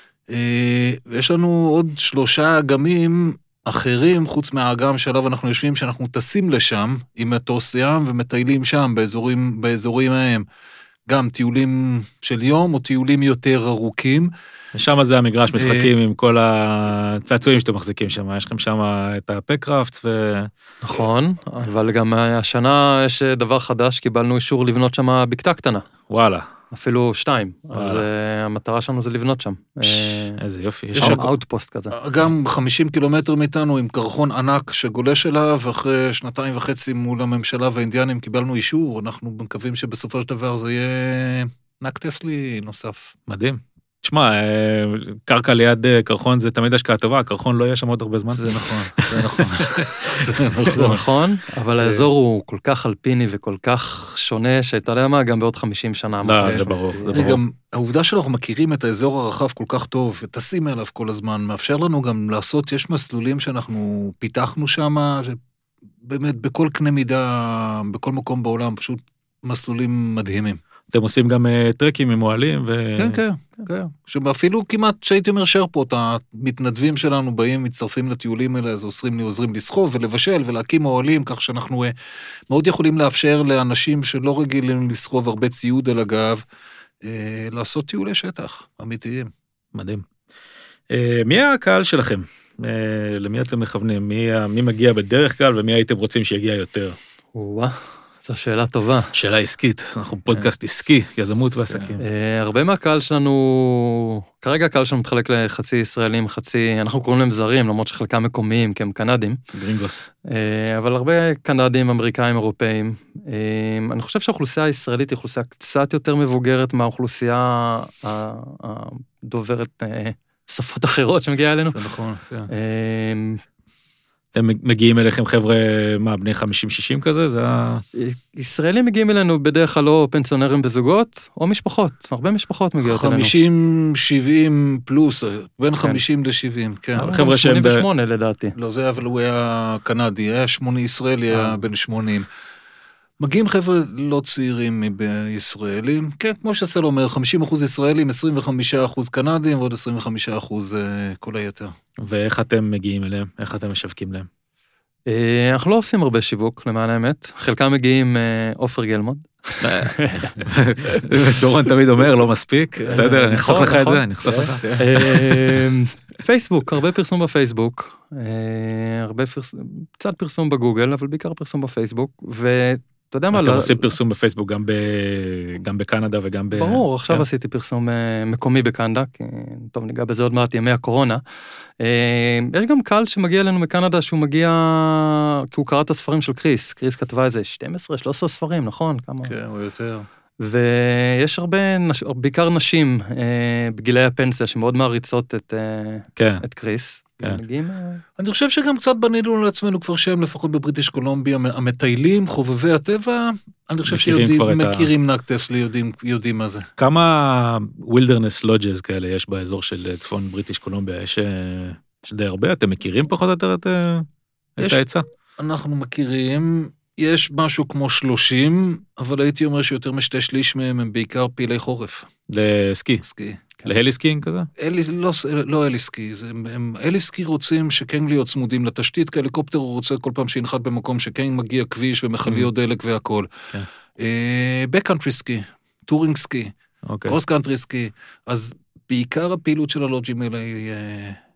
ויש לנו עוד שלושה אגמים אחרים, חוץ מהאגם שעליו אנחנו יושבים, שאנחנו טסים לשם, עם מטוס ים, ומטיילים שם, באזורים, באזורים ההם. גם טיולים של יום, או טיולים יותר ארוכים. ושם זה המגרש משחקים עם כל הצעצועים שאתם מחזיקים שם. יש לכם שם את הפקראפט ו... נכון, אבל גם השנה יש דבר חדש, קיבלנו אישור לבנות שם בקתה קטנה. וואלה. אפילו שתיים. אז המטרה שלנו זה לבנות שם. איזה יופי. יש שם אאוטפוסט כזה. גם חמישים קילומטר מאיתנו, עם קרחון ענק שגולש אליו, ואחרי שנתיים וחצי מול הממשלה והאינדיאנים קיבלנו אישור, אנחנו מקווים שבסופו של דבר זה יהיה נק טסלי נוסף. מדהים. תשמע, קרקע ליד קרחון זה תמיד השקעה טובה, קרחון לא יהיה שם עוד הרבה זמן. זה נכון, זה נכון. זה נכון, אבל האזור הוא כל כך אלפיני וכל כך שונה, שאתה יודע מה, גם בעוד חמישים שנה. לא, זה ברור, זה ברור. גם העובדה שאנחנו מכירים את האזור הרחב כל כך טוב, וטסים אליו כל הזמן, מאפשר לנו גם לעשות, יש מסלולים שאנחנו פיתחנו שם, באמת בכל קנה מידה, בכל מקום בעולם, פשוט מסלולים מדהימים. אתם עושים גם טרקים עם מועלים ו... כן, כן, כן. שאפילו כמעט שהייתי אומר שרפות, המתנדבים שלנו באים, מצטרפים לטיולים האלה, אז עוזרים לי, עוזרים לסחוב ולבשל ולהקים מועלים, כך שאנחנו מאוד יכולים לאפשר לאנשים שלא רגילים לסחוב הרבה ציוד על הגב, לעשות טיולי שטח אמיתיים. מדהים. מי הקהל שלכם? למי אתם מכוונים? מי מגיע בדרך כלל ומי הייתם רוצים שיגיע יותר? וואה. זו שאלה טובה. שאלה עסקית, אנחנו פודקאסט עסקי, יזמות ועסקים. הרבה מהקהל שלנו, כרגע הקהל שלנו מתחלק לחצי ישראלים, חצי, אנחנו קוראים להם זרים, למרות שחלקם מקומיים, כי הם קנדים. גרינגוס. אבל הרבה קנדים, אמריקאים, אירופאים. אני חושב שהאוכלוסייה הישראלית היא אוכלוסייה קצת יותר מבוגרת מהאוכלוסייה הדוברת שפות אחרות שמגיעה אלינו. זה נכון, כן. אתם מגיעים אליכם חבר'ה, מה, בני חמישים שישים כזה? זה ה... ישראלים מגיעים אלינו בדרך כלל או פנסיונרים בזוגות, או משפחות. הרבה משפחות מגיעות אלינו. חמישים שבעים פלוס, בין חמישים ל-שבעים, כן. חבר'ה שהם... שמונים ושמונה לדעתי. לא, זה אבל הוא היה קנדי, היה שמונה ישראלי, היה בין שמונים. מגיעים חבר'ה לא צעירים בישראלים, כן, כמו שסל אומר, חמישים אחוז ישראלים, עשרים וחמישה אחוז קנדים, ועוד עשרים וחמישה אחוז כל היתר. ואיך אתם מגיעים אליהם? איך אתם משווקים להם? אנחנו לא עושים הרבה שיווק, למען האמת. חלקם מגיעים אופר גלמוד. דורון תמיד אומר, לא מספיק. בסדר, אני אחסוך לך את זה, אני אחסוך לך. פייסבוק, הרבה פרסום בפייסבוק. הרבה פרסום, קצת פרסום בגוגל, אבל בעיקר פרסום בפייסבוק. ו... אתה יודע מה... אתם עושים פרסום בפייסבוק גם בקנדה וגם ב... ברור, עכשיו עשיתי פרסום מקומי בקנדה, כי טוב, ניגע בזה עוד מעט ימי הקורונה. יש גם קהל שמגיע אלינו מקנדה, שהוא מגיע, כי הוא קרא את הספרים של קריס. קריס כתבה איזה שתים עשרה שלוש עשרה ספרים, נכון? כן, או יותר. ויש הרבה, בעיקר נשים בגילי הפנסיה, שמאוד מעריצות את קריס. אני חושב שגם קצת בנינו לעצמנו כבר שם, לפחות בבריטיש קולומביה, המטיילים, חובבי הטבע, אני חושב שמכירים נק טסלי, יודעים מה זה. כמה wilderness lodges כאלה יש באזור של צפון בריטיש קולומביה? יש די הרבה? אתם מכירים פחות או יותר את העצה? אנחנו מכירים, יש משהו כמו שלושים, אבל הייתי אומר שיותר משתי שליש מהם הם בעיקר פעילי חורף. לסקי? סקי. להליסקינג כזה? אלי, לא, לא אליסקי, הם, אליסקי רוצים שכן להיות צמודים לתשתית, כי הליקופטר הוא רוצה כל פעם שינחת במקום שכן מגיע כביש ומחליות דלק והכל. בקאנטרי סקי, טורינג סקי, קרוס קאנטרי סקי, אז בעיקר הפעילות של הלוג'ים האלה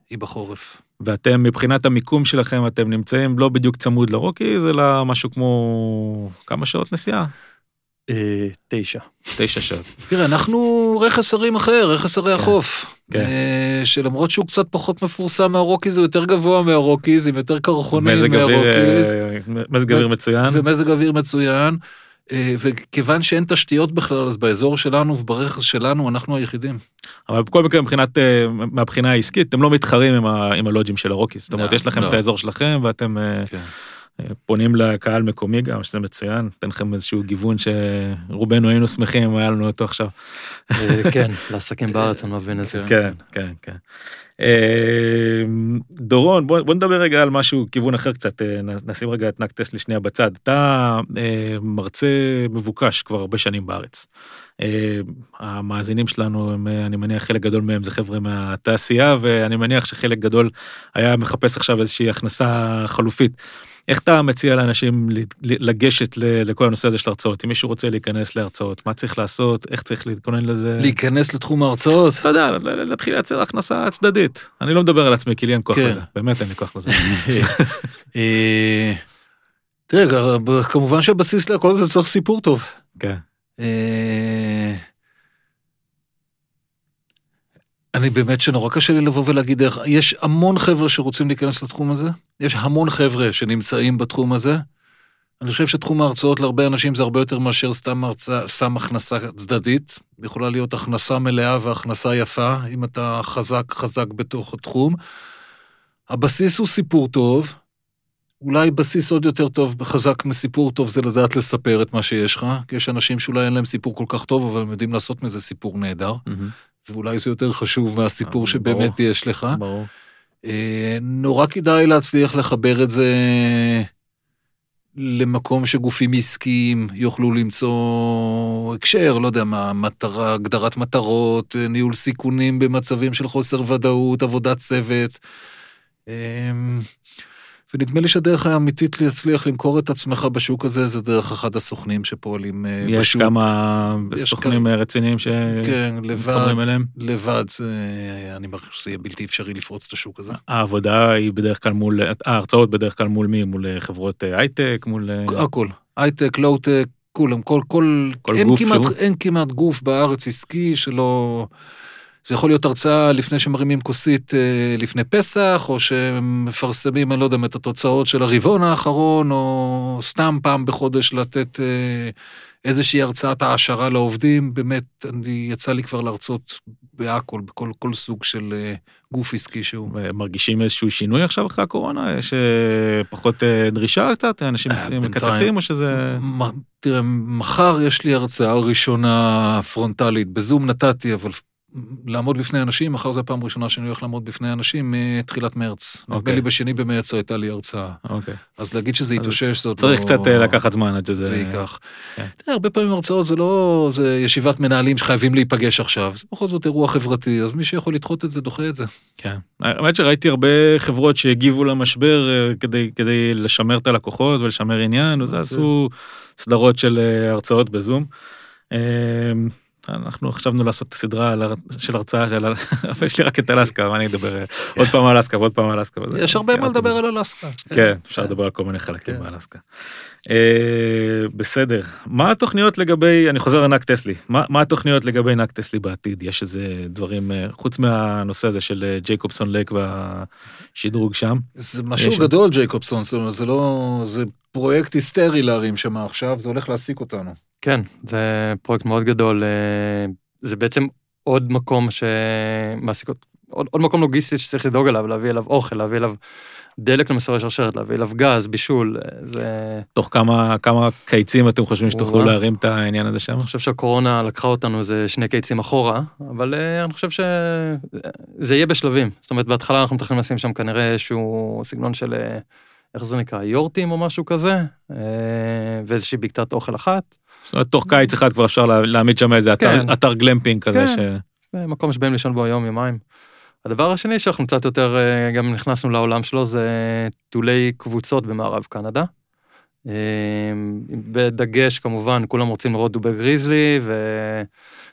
היא בחורף. ואתם, מבחינת המיקום שלכם, אתם נמצאים לא בדיוק צמוד לרוקיז, אלא משהו כמו כמה שעות נסיעה? אה, תשע. תשע שעות. תראה, אנחנו רכס הרים אחר, רכס הרי החוף. כן. שלמרות שהוא קצת פחות מפורסם מהרוקיז, הוא יותר גבוה מהרוקיז, עם יותר קרחונים מזג אוויר, מהרוקיז. מזג אוויר מצוין. ומזג אוויר מצוין. וכיוון שאין תשתיות בכלל, אז באזור שלנו וברכס שלנו, אנחנו היחידים. אבל בכל מקרה, מבחינת, מהבחינה העסקית, אתם לא מתחרים עם, ה, עם הלוג'ים של הרוקיז. זאת אומרת, יש לכם את האזור שלכם, ואתם פונים לקהל מקומי גם, שזה מצוין. אתן לכם איזשהו גיוון שרובנו היינו שמחים אם היה לנו אותו עכשיו. כן, לעסקים בארץ, אני מבין את זה. כן, כן, כן. דורון, בוא, בוא נדבר רגע על משהו, כיוון אחר קצת, נשים רגע את נקטסלי שנייה בצד. אתה מרצה מבוקש כבר הרבה שנים בארץ. המאזינים שלנו, אני מניח חלק גדול מהם זה חבר'ה מהתעשייה, ואני מניח שחלק גדול היה מחפש עכשיו איזושהי הכנסה חלופית. איך אתה מציע לאנשים לגשת לכל הנושא הזה של הרצאות? אם מישהו רוצה להיכנס להרצאות, מה צריך לעשות? איך צריך להתכונן לזה? להיכנס לתחום ההרצאות? אתה יודע, להתחיל לייצר הכנסה צדדית. אני לא מדבר על עצמי, כי לי אין כוח לזה. באמת אין לי כוח לזה. תראה, כמובן שהבסיס להכל זה צריך סיפור טוב. כן. אני באמת שנורא קשה לי לבוא ולהגיד איך, יש המון חבר'ה שרוצים להיכנס לתחום הזה, יש המון חבר'ה שנמצאים בתחום הזה, אני חושב שתחום ההרצאות להרבה אנשים זה הרבה יותר מאשר סתם הרצאה, סתם הכנסה צדדית, יכולה להיות הכנסה מלאה והכנסה יפה, אם אתה חזק חזק בתוך התחום. הבסיס הוא סיפור טוב, אולי בסיס עוד יותר טוב, חזק מסיפור טוב זה לדעת לספר את מה שיש לך, כי יש אנשים שאולי אין להם סיפור כל כך טוב, אבל הם יודעים לעשות מזה סיפור נהדר. ואולי זה יותר חשוב מהסיפור שבאמת יש לך. ברור. נורא כדאי להצליח לחבר את זה למקום שגופים עסקיים יוכלו למצוא הקשר, לא יודע מה, מטרה, הגדרת מטרות, ניהול סיכונים במצבים של חוסר ודאות, עבודת צוות. ונדמה לי שהדרך האמיתית להצליח למכור את עצמך בשוק הזה, זה דרך אחד הסוכנים שפועלים יש בשוק. יש כמה סוכנים כמה... רציניים שמתחברים אליהם? לבד, זה, אני מרגיש שזה יהיה בלתי אפשרי לפרוץ את השוק הזה. העבודה היא בדרך כלל מול, ההרצאות בדרך כלל מול מי? מול חברות הייטק? מול... הכל, הייטק, לואו-טק, כולם, כל, כל, כל אין גוף כמעט, שהוא? אין כמעט גוף בארץ עסקי שלא... זה יכול להיות הרצאה לפני שמרימים כוסית לפני פסח, או שמפרסמים, אני לא יודע, את התוצאות של הרבעון האחרון, או סתם פעם בחודש לתת איזושהי הרצאת העשרה לעובדים. באמת, אני יצא לי כבר להרצות בהכל, בכל כל סוג של גוף עסקי שהוא. מרגישים איזשהו שינוי עכשיו אחרי הקורונה? יש פחות דרישה קצת? אנשים מקצצים או שזה... תראה, מחר יש לי הרצאה ראשונה פרונטלית, בזום נתתי, אבל... לעמוד בפני אנשים, מחר זה הפעם הראשונה שאני הולך לעמוד בפני אנשים מתחילת מרץ. נדמה לי בשני במרץ הייתה לי הרצאה. אז להגיד שזה יתאושש, זאת צריך קצת לקחת זמן עד שזה... זה ייקח. הרבה פעמים הרצאות זה לא, זה ישיבת מנהלים שחייבים להיפגש עכשיו. זה בכל זאת אירוע חברתי, אז מי שיכול לדחות את זה, דוחה את זה. כן. האמת שראיתי הרבה חברות שהגיבו למשבר כדי לשמר את הלקוחות ולשמר עניין, וזה עשו סדרות של הרצאות בזום. אנחנו חשבנו לעשות סדרה של הרצאה של... יש לי רק את אלסקה, ואני אדבר עוד פעם על אלסקה ועוד פעם על אלסקה. יש הרבה מה לדבר על אלסקה. כן, אפשר לדבר על כל מיני חלקים באלסקה. בסדר. מה התוכניות לגבי, אני חוזר לנקטסלי, מה התוכניות לגבי נקטסלי בעתיד? יש איזה דברים, חוץ מהנושא הזה של ג'ייקובסון לייק והשדרוג שם? זה משהו גדול, ג'ייקובסון, זה לא... זה פרויקט היסטרי להרים שם עכשיו, זה הולך להעסיק אותנו. כן, זה פרויקט מאוד גדול, זה בעצם עוד מקום שמעסיק, עוד, עוד מקום לוגיסטי שצריך לדאוג אליו, להביא אליו אוכל, להביא אליו דלק למסורי שרשרת, להביא אליו גז, בישול, זה... תוך כמה, כמה קיצים אתם חושבים שתוכלו להרים את העניין הזה שם? אני חושב שהקורונה לקחה אותנו איזה שני קיצים אחורה, אבל אני חושב שזה יהיה בשלבים, זאת אומרת, בהתחלה אנחנו מתחילים לשים שם כנראה איזשהו סגנון של, איך זה נקרא, יורטים או משהו כזה, ואיזושהי בקתת אוכל אחת, זאת אומרת, תוך קיץ אחד כבר אפשר להעמיד שם איזה אתר גלמפינג כזה. כן, מקום שבאים לישון בו יום, יומיים. הדבר השני שאנחנו קצת יותר, גם נכנסנו לעולם שלו, זה טיולי קבוצות במערב קנדה. בדגש, כמובן, כולם רוצים לראות דובי גריזלי,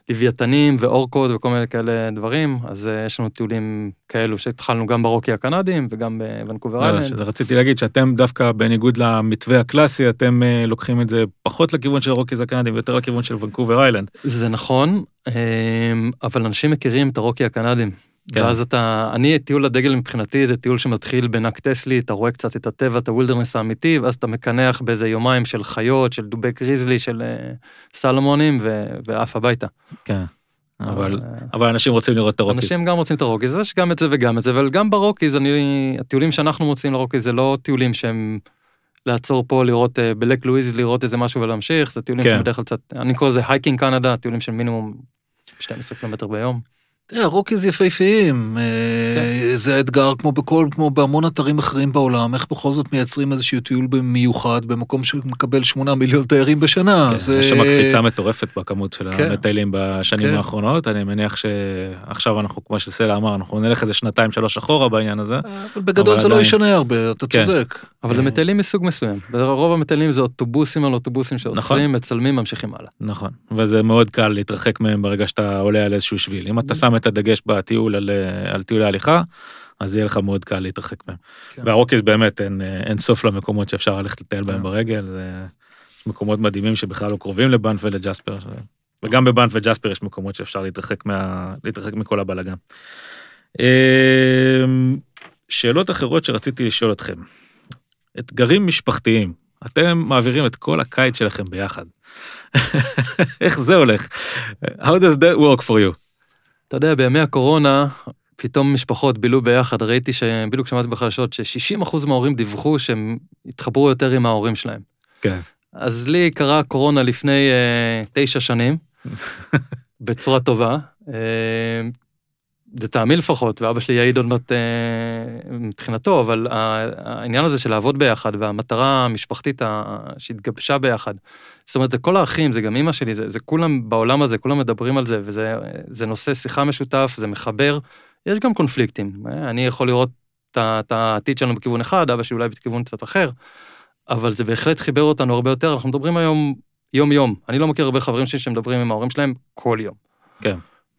לוויתנים ואורקות וכל מיני כאלה דברים, אז יש לנו טיולים כאלו שהתחלנו גם ברוקי הקנדים וגם בוונקובר איילנד. רציתי להגיד שאתם דווקא בניגוד למתווה הקלאסי, אתם לוקחים את זה פחות לכיוון של רוקיז הקנדים ויותר לכיוון של וונקובר איילנד. זה נכון, אבל אנשים מכירים את הרוקי הקנדים. ואז אתה, אני, טיול הדגל מבחינתי, זה טיול שמתחיל בנק טסלי, אתה רואה קצת את הטבע, את הווילדרנס האמיתי, ואז אתה מקנח באיזה יומיים של חיות, של דובי גריזלי, של סלומונים, ואף הביתה. כן, אבל, אבל אנשים רוצים לראות את הרוקיז. אנשים גם רוצים את הרוקיז, יש גם את זה וגם את זה, אבל גם ברוקיז, אני, הטיולים שאנחנו מוצאים לרוקיז, זה לא טיולים שהם לעצור פה, לראות בלק לואיז, לראות איזה משהו ולהמשיך, זה טיולים שבדרך כלל קצת, אני קורא לזה הייקינג קנדה, טיולים של מינימום שנים עשר קילומטר ביום. תראה, רוקיז יפהפיים, זה אתגר כמו בכל, כמו בהמון אתרים אחרים בעולם, איך בכל זאת מייצרים איזשהו טיול מיוחד, במקום שמקבל שמונה מיליון תיירים בשנה. יש שם קפיצה מטורפת בכמות של המטיילים בשנים האחרונות, אני מניח שעכשיו אנחנו, כמו שסלע אמר, אנחנו נלך איזה שנתיים, שלוש אחורה בעניין הזה. אבל בגדול זה לא ישנה הרבה, אתה צודק. אבל זה מטיילים מסוג מסוים, רוב המטיילים זה אוטובוסים על אוטובוסים שעוצרים, מצלמים, ממשיכים הלאה. נכון, וזה מאוד קל להתרחק מהם ברגע שאתה עולה על איזשהו שביל. אם אתה שם את הדגש בטיול על, על טיול ההליכה, אז יהיה לך מאוד קל להתרחק מהם. כן. והרוקיז באמת אין, אין סוף למקומות שאפשר ללכת לטייל בהם ברגל, זה מקומות מדהימים שבכלל לא קרובים לבנף ולג'ספר, וגם בבנף וג'ספר יש מקומות שאפשר להתרחק, מה, להתרחק מכל הבלגן. שאלות אחרות שרציתי לשאול אתכם. אתגרים משפחתיים, אתם מעבירים את כל הקיץ שלכם ביחד. איך זה הולך? How does that work for you? אתה יודע, בימי הקורונה, פתאום משפחות בילו ביחד, ראיתי שבילו כשמעתי בחדשות, ש-שישים אחוז מההורים דיווחו שהם התחברו יותר עם ההורים שלהם. כן. אז לי קרה קורונה לפני אה, תשע שנים, בצורה טובה, אה, זה טעמי לפחות, ואבא שלי יעיד עוד מעט אה, מבחינתו, אבל העניין הזה של לעבוד ביחד, והמטרה המשפחתית שהתגבשה ביחד, זאת אומרת, זה כל האחים, זה גם אמא שלי, זה, זה כולם בעולם הזה, כולם מדברים על זה, וזה זה נושא שיחה משותף, זה מחבר, יש גם קונפליקטים, אני יכול לראות את העתיד שלנו בכיוון אחד, אבא שלי אולי בכיוון קצת אחר, אבל זה בהחלט חיבר אותנו הרבה יותר, אנחנו מדברים היום יום-יום, אני לא מכיר הרבה חברים שלי שמדברים עם ההורים שלהם כל יום. כן.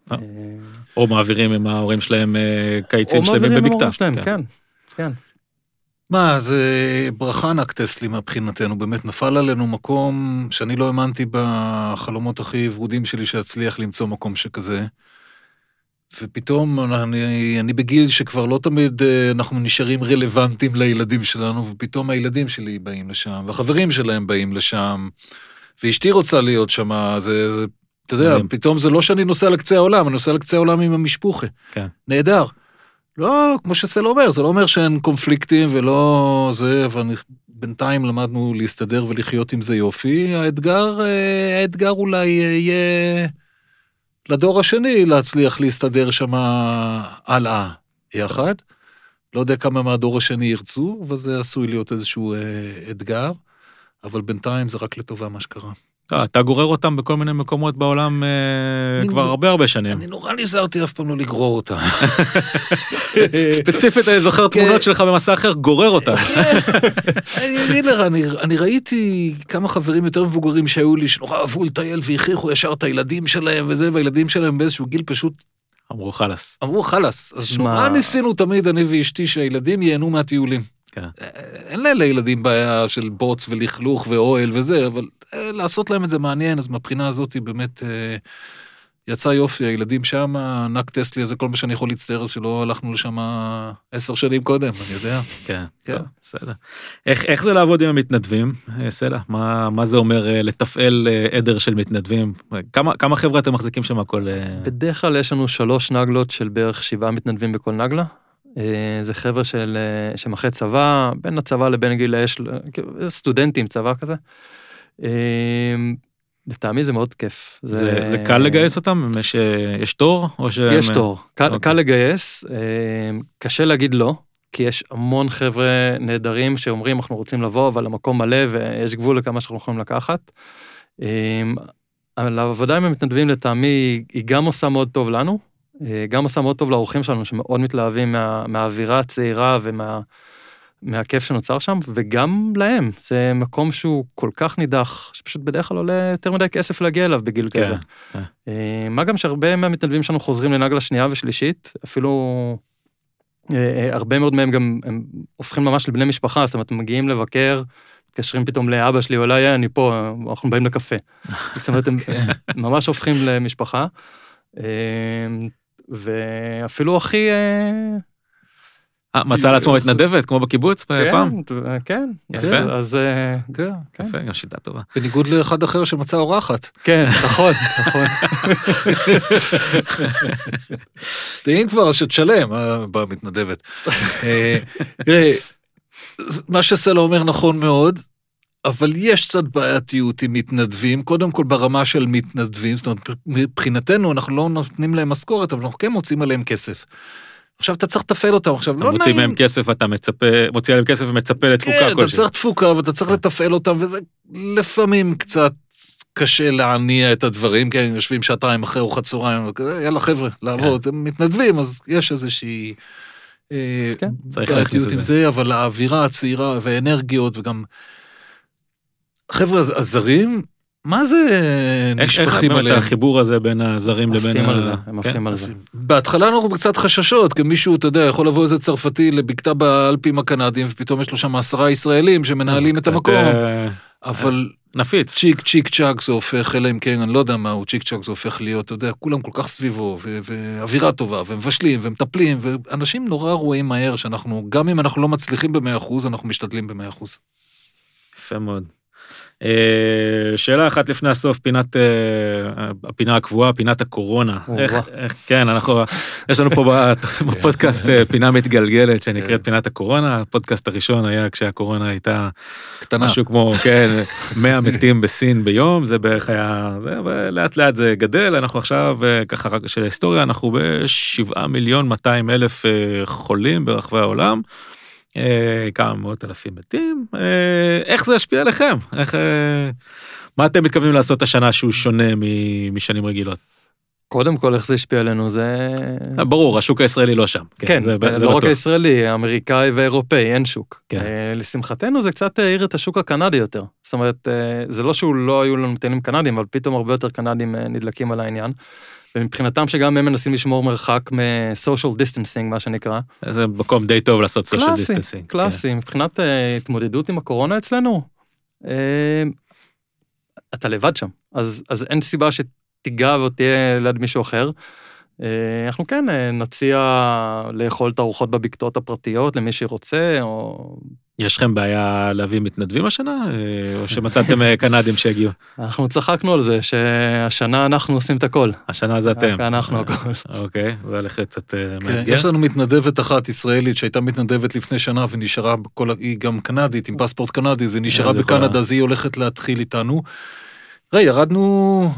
או מעבירים עם ההורים שלהם קיצים שלמים בבקתה. או מעבירים עם ההורים שלהם, כן, כן. מה, זה ברכה ענק טסלי מבחינתנו, באמת נפל עלינו מקום שאני לא האמנתי בחלומות הכי ורודים שלי שאצליח למצוא מקום שכזה, ופתאום אני, אני בגיל שכבר לא תמיד אנחנו נשארים רלוונטיים לילדים שלנו, ופתאום הילדים שלי באים לשם, והחברים שלהם באים לשם, ואשתי רוצה להיות שם, זה, זה, אתה יודע, פתאום זה לא שאני נוסע לקצה העולם, אני נוסע לקצה העולם עם המשפוחה. כן. נהדר. לא, כמו שסל אומר, זה לא אומר שאין קונפליקטים ולא זה, אבל בינתיים למדנו להסתדר ולחיות עם זה יופי. האתגר, האתגר אולי יהיה לדור השני להצליח להסתדר שם הלאה יחד. לא יודע כמה מהדור השני ירצו, אבל זה עשוי להיות איזשהו אתגר, אבל בינתיים זה רק לטובה מה שקרה. אתה גורר אותם בכל מיני מקומות בעולם כבר הרבה הרבה שנים. אני נורא נזהרתי אף פעם לא לגרור אותם. ספציפית, אני זוכר תמונות שלך במסע אחר, גורר אותם. אני אגיד לך, אני ראיתי כמה חברים יותר מבוגרים שהיו לי, שנורא אהבו לטייל והכריחו ישר את הילדים שלהם וזה, והילדים שלהם באיזשהו גיל פשוט... אמרו חלס. אמרו חלס. אז נורא ניסינו תמיד, אני ואשתי, שהילדים ייהנו מהטיולים. אין להם לילדים בעיה של בוץ ולכלוך ואוהל וזה, אבל לעשות להם את זה מעניין, אז מהבחינה הזאת היא באמת יצא יופי, הילדים שם, נק טסלי, זה כל מה שאני יכול להצטער, שלא הלכנו לשם עשר שנים קודם, אני יודע. כן, טוב, בסדר. איך זה לעבוד עם המתנדבים, סלע? מה זה אומר לתפעל עדר של מתנדבים? כמה חבר'ה אתם מחזיקים שם הכל? בדרך כלל יש לנו שלוש נגלות של בערך שבעה מתנדבים בכל נגלה. זה חבר'ה של, שמחי צבא, בין הצבא לבין גיל יש סטודנטים, צבא כזה. לטעמי זה מאוד כיף. זה, זה, זה קל לגייס אותם? יש, יש תור? או שהם... יש תור. קל, okay. קל לגייס. קשה להגיד לא, כי יש המון חבר'ה נהדרים שאומרים, אנחנו רוצים לבוא, אבל המקום מלא, ויש גבול לכמה שאנחנו יכולים לקחת. אבל העבודה עם המתנדבים לטעמי, היא גם עושה מאוד טוב לנו, גם עושה מאוד טוב לאורחים שלנו, שמאוד מתלהבים מה, מהאווירה הצעירה, ומה, מהכיף שנוצר שם, וגם להם, זה מקום שהוא כל כך נידח, שפשוט בדרך כלל עולה יותר מדי כסף להגיע אליו בגיל כן, כזה. כן. מה גם שהרבה מהמתנדבים שלנו חוזרים לנגלה שנייה ושלישית, אפילו הרבה מאוד מהם גם הם הופכים ממש לבני משפחה, זאת אומרת, מגיעים לבקר, מתקשרים פתאום לאבא שלי, אולי אני פה, אנחנו באים לקפה. זאת אומרת, הם ממש הופכים למשפחה, ואפילו הכי... מצא לעצמו מתנדבת, כמו בקיבוץ פעם? כן, יפה. אז... יפה, גם שיטה טובה. בניגוד לאחד אחר שמצא אורחת. כן, נכון, נכון. תהיים כבר שתשלם, במתנדבת. תראה, מה שסלע אומר נכון מאוד, אבל יש קצת בעייתיות עם מתנדבים, קודם כל ברמה של מתנדבים, זאת אומרת, מבחינתנו אנחנו לא נותנים להם משכורת, אבל אנחנו כן מוצאים עליהם כסף. עכשיו אתה צריך לתפעל אותם, עכשיו לא נעים. אתה מוציא מהם כסף, אתה מצפה, מוציא עליהם כסף ומצפה לתפוקה כלשהי. כן, אתה צריך תפוקה ואתה צריך לתפעל אותם, וזה לפעמים קצת קשה להניע את הדברים, כי הם יושבים שעתיים אחרי ארוחת צהריים, יאללה חבר'ה, לעבוד, הם מתנדבים, אז יש איזושהי בעייתיות עם זה, אבל האווירה הצעירה והאנרגיות, וגם חבר'ה הזרים, מה זה נשפכים עליהם? איך החיבור הזה בין הזרים לבין... עפים על זה, הם עפים על זה. בהתחלה אנחנו בקצת חששות, כי מישהו, אתה יודע, יכול לבוא איזה צרפתי לבקתה באלפים הקנדיים, ופתאום יש לו שם עשרה ישראלים שמנהלים את המקום. אבל... נפיץ. צ'יק צ'יק צ'אק זה הופך, אלא אם כן, אני לא יודע מהו, צ'יק צ'אק זה הופך להיות, אתה יודע, כולם כל כך סביבו, ואווירה טובה, ומבשלים, ומטפלים, ואנשים נורא רואים מהר שאנחנו, גם אם אנחנו לא מצליחים ב-מאה אחוז, אנחנו משתדלים ב-מאה אחוז. יפה מאוד. שאלה אחת לפני הסוף, פינת, הפינה הקבועה, פינת הקורונה. איך, איך, כן, אנחנו, יש לנו פה בפודקאסט פינה מתגלגלת שנקראת פינת הקורונה. הפודקאסט הראשון היה כשהקורונה הייתה קטנה. משהו כמו, כן, מאה מתים בסין ביום, זה בערך היה, זה, ולאט לאט זה גדל. אנחנו עכשיו, ככה של ההיסטוריה, אנחנו בשבעה מיליון מאתיים אלף חולים ברחבי העולם. כמה מאות אלפים מתים, איך זה ישפיע עליכם? איך, מה אתם מתכוונים לעשות השנה שהוא שונה משנים רגילות? קודם כל, איך זה ישפיע עלינו, זה... ברור, השוק הישראלי לא שם. כן, לא רק הישראלי, האמריקאי ואירופאי, אין שוק. לשמחתנו זה קצת העיר את השוק הקנדי יותר. זאת אומרת, זה לא שהוא לא היו לנו מטיילים קנדים, אבל פתאום הרבה יותר קנדים נדלקים על העניין. ומבחינתם שגם הם מנסים לשמור מרחק מ-social distancing, מה שנקרא. זה מקום די טוב לעשות social distancing. קלאסי, קלאסי. מבחינת התמודדות עם הקורונה אצלנו, אתה לבד שם. אז אין סיבה שתיגע ותהיה ליד מישהו אחר. אנחנו כן נציע לאכול את הארוחות בבקתות הפרטיות למי שרוצה, או... יש לכם בעיה להביא מתנדבים השנה, או שמצאתם קנדים שהגיעו? אנחנו צחקנו על זה, שהשנה אנחנו עושים את הכל. השנה זה אתם. אנחנו הכל. אוקיי, זה הולך קצת מאתגר. יש לנו מתנדבת אחת ישראלית, שהייתה מתנדבת לפני שנה, ונשארה, היא גם קנדית, עם פספורט קנדי, זה נשארה בקנדה, אז היא הולכת להתחיל איתנו. ראי, ירדנו...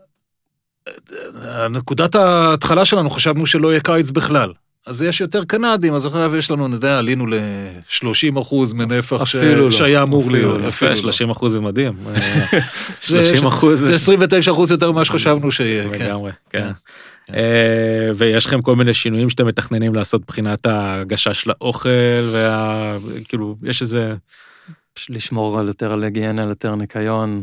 נקודת ההתחלה שלנו, חשבנו שלא יהיה קיץ בכלל. אז יש יותר קנדים, אז עכשיו יש לנו, נדע, עלינו ל-שלושים אחוז מנפח שהיה אמור להיות. יפה, שלושים אחוז זה מדהים. שלושים אחוז זה עשרים ותשע אחוז יותר ממה שחשבנו שיהיה. לגמרי, כן. ויש לכם כל מיני שינויים שאתם מתכננים לעשות מבחינת ההגשה של האוכל, וכאילו, יש איזה... לשמור יותר על היגיינה, יותר ניקיון,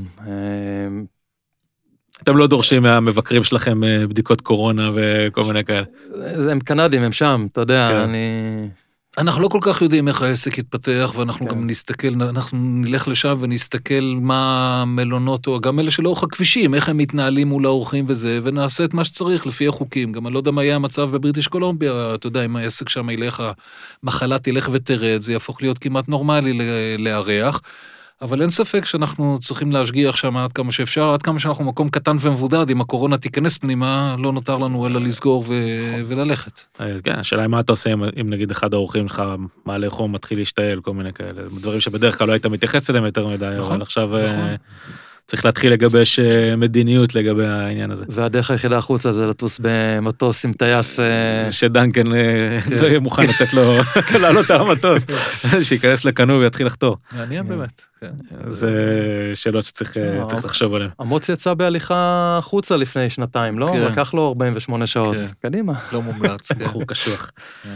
אתם לא דורשים מהמבקרים שלכם בדיקות קורונה וכל מיני כאלה. הם קנדים, הם שם, אתה יודע, אני... אנחנו לא כל כך יודעים איך העסק יתפתח, ואנחנו גם נסתכל, אנחנו נלך לשם ונסתכל מה המלונות, או גם אלה שלאורך הכבישים, איך הם מתנהלים מול האורחים וזה, ונעשה את מה שצריך לפי החוקים. גם אני לא יודע מה יהיה המצב בבריטיש קולומביה, אתה יודע, אם העסק שם ילך, המחלה תלך ותרד, זה יהפוך להיות כמעט נורמלי לארח. אבל אין ספק שאנחנו צריכים להשגיח שם עד כמה שאפשר, עד כמה שאנחנו מקום קטן ומבודד, אם הקורונה תיכנס פנימה, לא נותר לנו אלא לסגור ו- וללכת. כן, השאלה היא מה אתה עושה אם נגיד אחד האורחים שלך מעלה חום, מתחיל להשתעל, כל מיני כאלה, דברים שבדרך כלל לא היית מתייחס אליהם יותר מדי, אבל עכשיו צריך להתחיל לגבש מדיניות לגבי העניין הזה. והדרך היחידה החוצה זה לטוס במטוס עם טייס... שדנקן לא יהיה מוכן לתת לו לעלות על המטוס, שייכנס לקנו ויתחיל לחתור. מעניין באמת, כן. זה שאלות שצריך לחשוב עליהן. המוץ יצא בהליכה החוצה לפני שנתיים, לא? לקח לו ארבעים ושמונה שעות. קדימה. לא מומלץ. בחור קשוח.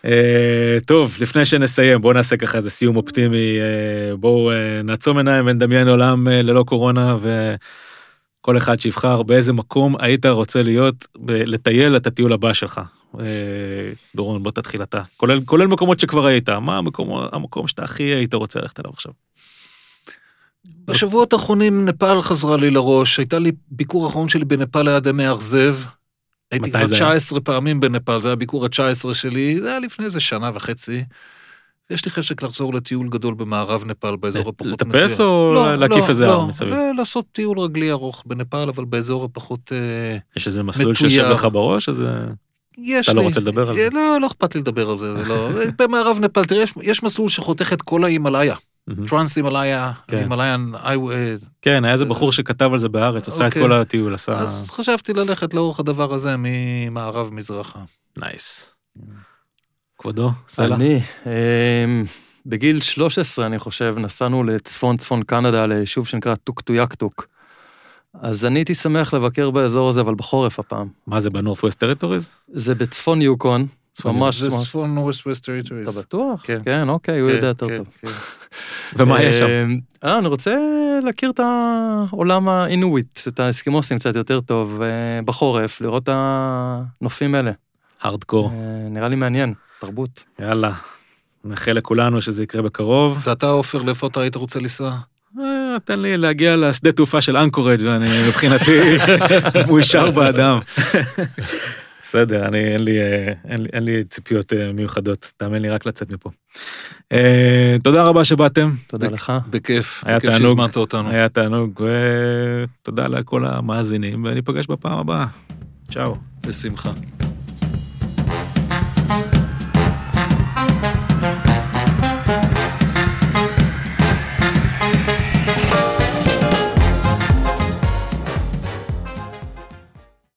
טוב, לפני שנסיים, בואו נעשה ככה איזה סיום אופטימי, בואו נעצום עיניים ונדמיין עולם ללא קורונה, וכל אחד שיבחר באיזה מקום היית רוצה להיות, לטייל את הטיול הבא שלך. דורון, בוא תתחיל אתה. כולל, כולל מקומות שכבר היית, מה המקום, המקום שאתה הכי היית רוצה ללכת אליו עכשיו? בשבועות האחרונים נפאל חזרה לי לראש, הייתה לי ביקור האחרון שלי בנפאל ליד ימי אכזב, הייתי כבר תשע עשרה פעמים בנפאל, זה היה ביקור ה-תשע עשרה שלי, זה היה לפני איזה שנה וחצי, יש לי חשק לחזור לטיול גדול במערב נפאל, באזור הפחות מטויל. לטפס או להקיף איזה הר מסביב? לא, לעשות טיול רגלי ארוך בנפאל, אבל באזור הפחות מטויל. יש איזה מסלול שיושב לך בראש, אז אתה לא רוצה לדבר על זה? לא, לא אכפת לי לדבר על זה, במערב נפאל, תראה, יש מסלול שחותך את כל ההימאליה. טרנס הימאליה, הימאליין, כן, היה איזה בחור שכתב על זה בארץ, עשה את כל הטיול, עשה... אז חשבתי ללכת לאורך הדבר הזה ממערב מזרחה. נייס. כבודו, סלע. אני, בגיל שלוש עשרה, אני חושב, נסענו לצפון צפון קנדה, ליישוב שנקרא טוקטויקטוק. אז אני הייתי שמח לבקר באזור הזה, אבל בחורף הפעם. מה זה, בנורת'ווסט טריטוריז? זה בצפון יוקון. ממש... זה צפון נורת'ווסט טריטוריז. אתה בטוח? כן, אוקיי, הוא יודע יותר טוב. ומה יש שם? אה, אני רוצה להכיר את העולם האינוויט, את האסקימוסים קצת יותר טוב, בחורף, לראות את הנופים האלה. הארדקור. נראה לי מעניין, תרבות. יאללה, נאחל לכולנו שזה יקרה בקרוב. ואתה, עופר, לאיפה אתה היית רוצה לנסוע? תן לי להגיע לשדה תעופה של אנקורג' ואני מבחינתי מאושר באדם. בסדר, אני, אין לי, אין לי, אין לי ציפיות מיוחדות, תאמן לי רק לצאת מפה. תודה רבה שבאתם. תודה לך. בכיף, היה בכיף תענוג, שהזמנת אותנו. היה תענוג, ותודה לכל המאזינים, וניפגש בפעם הבאה. צ'או. בשמחה.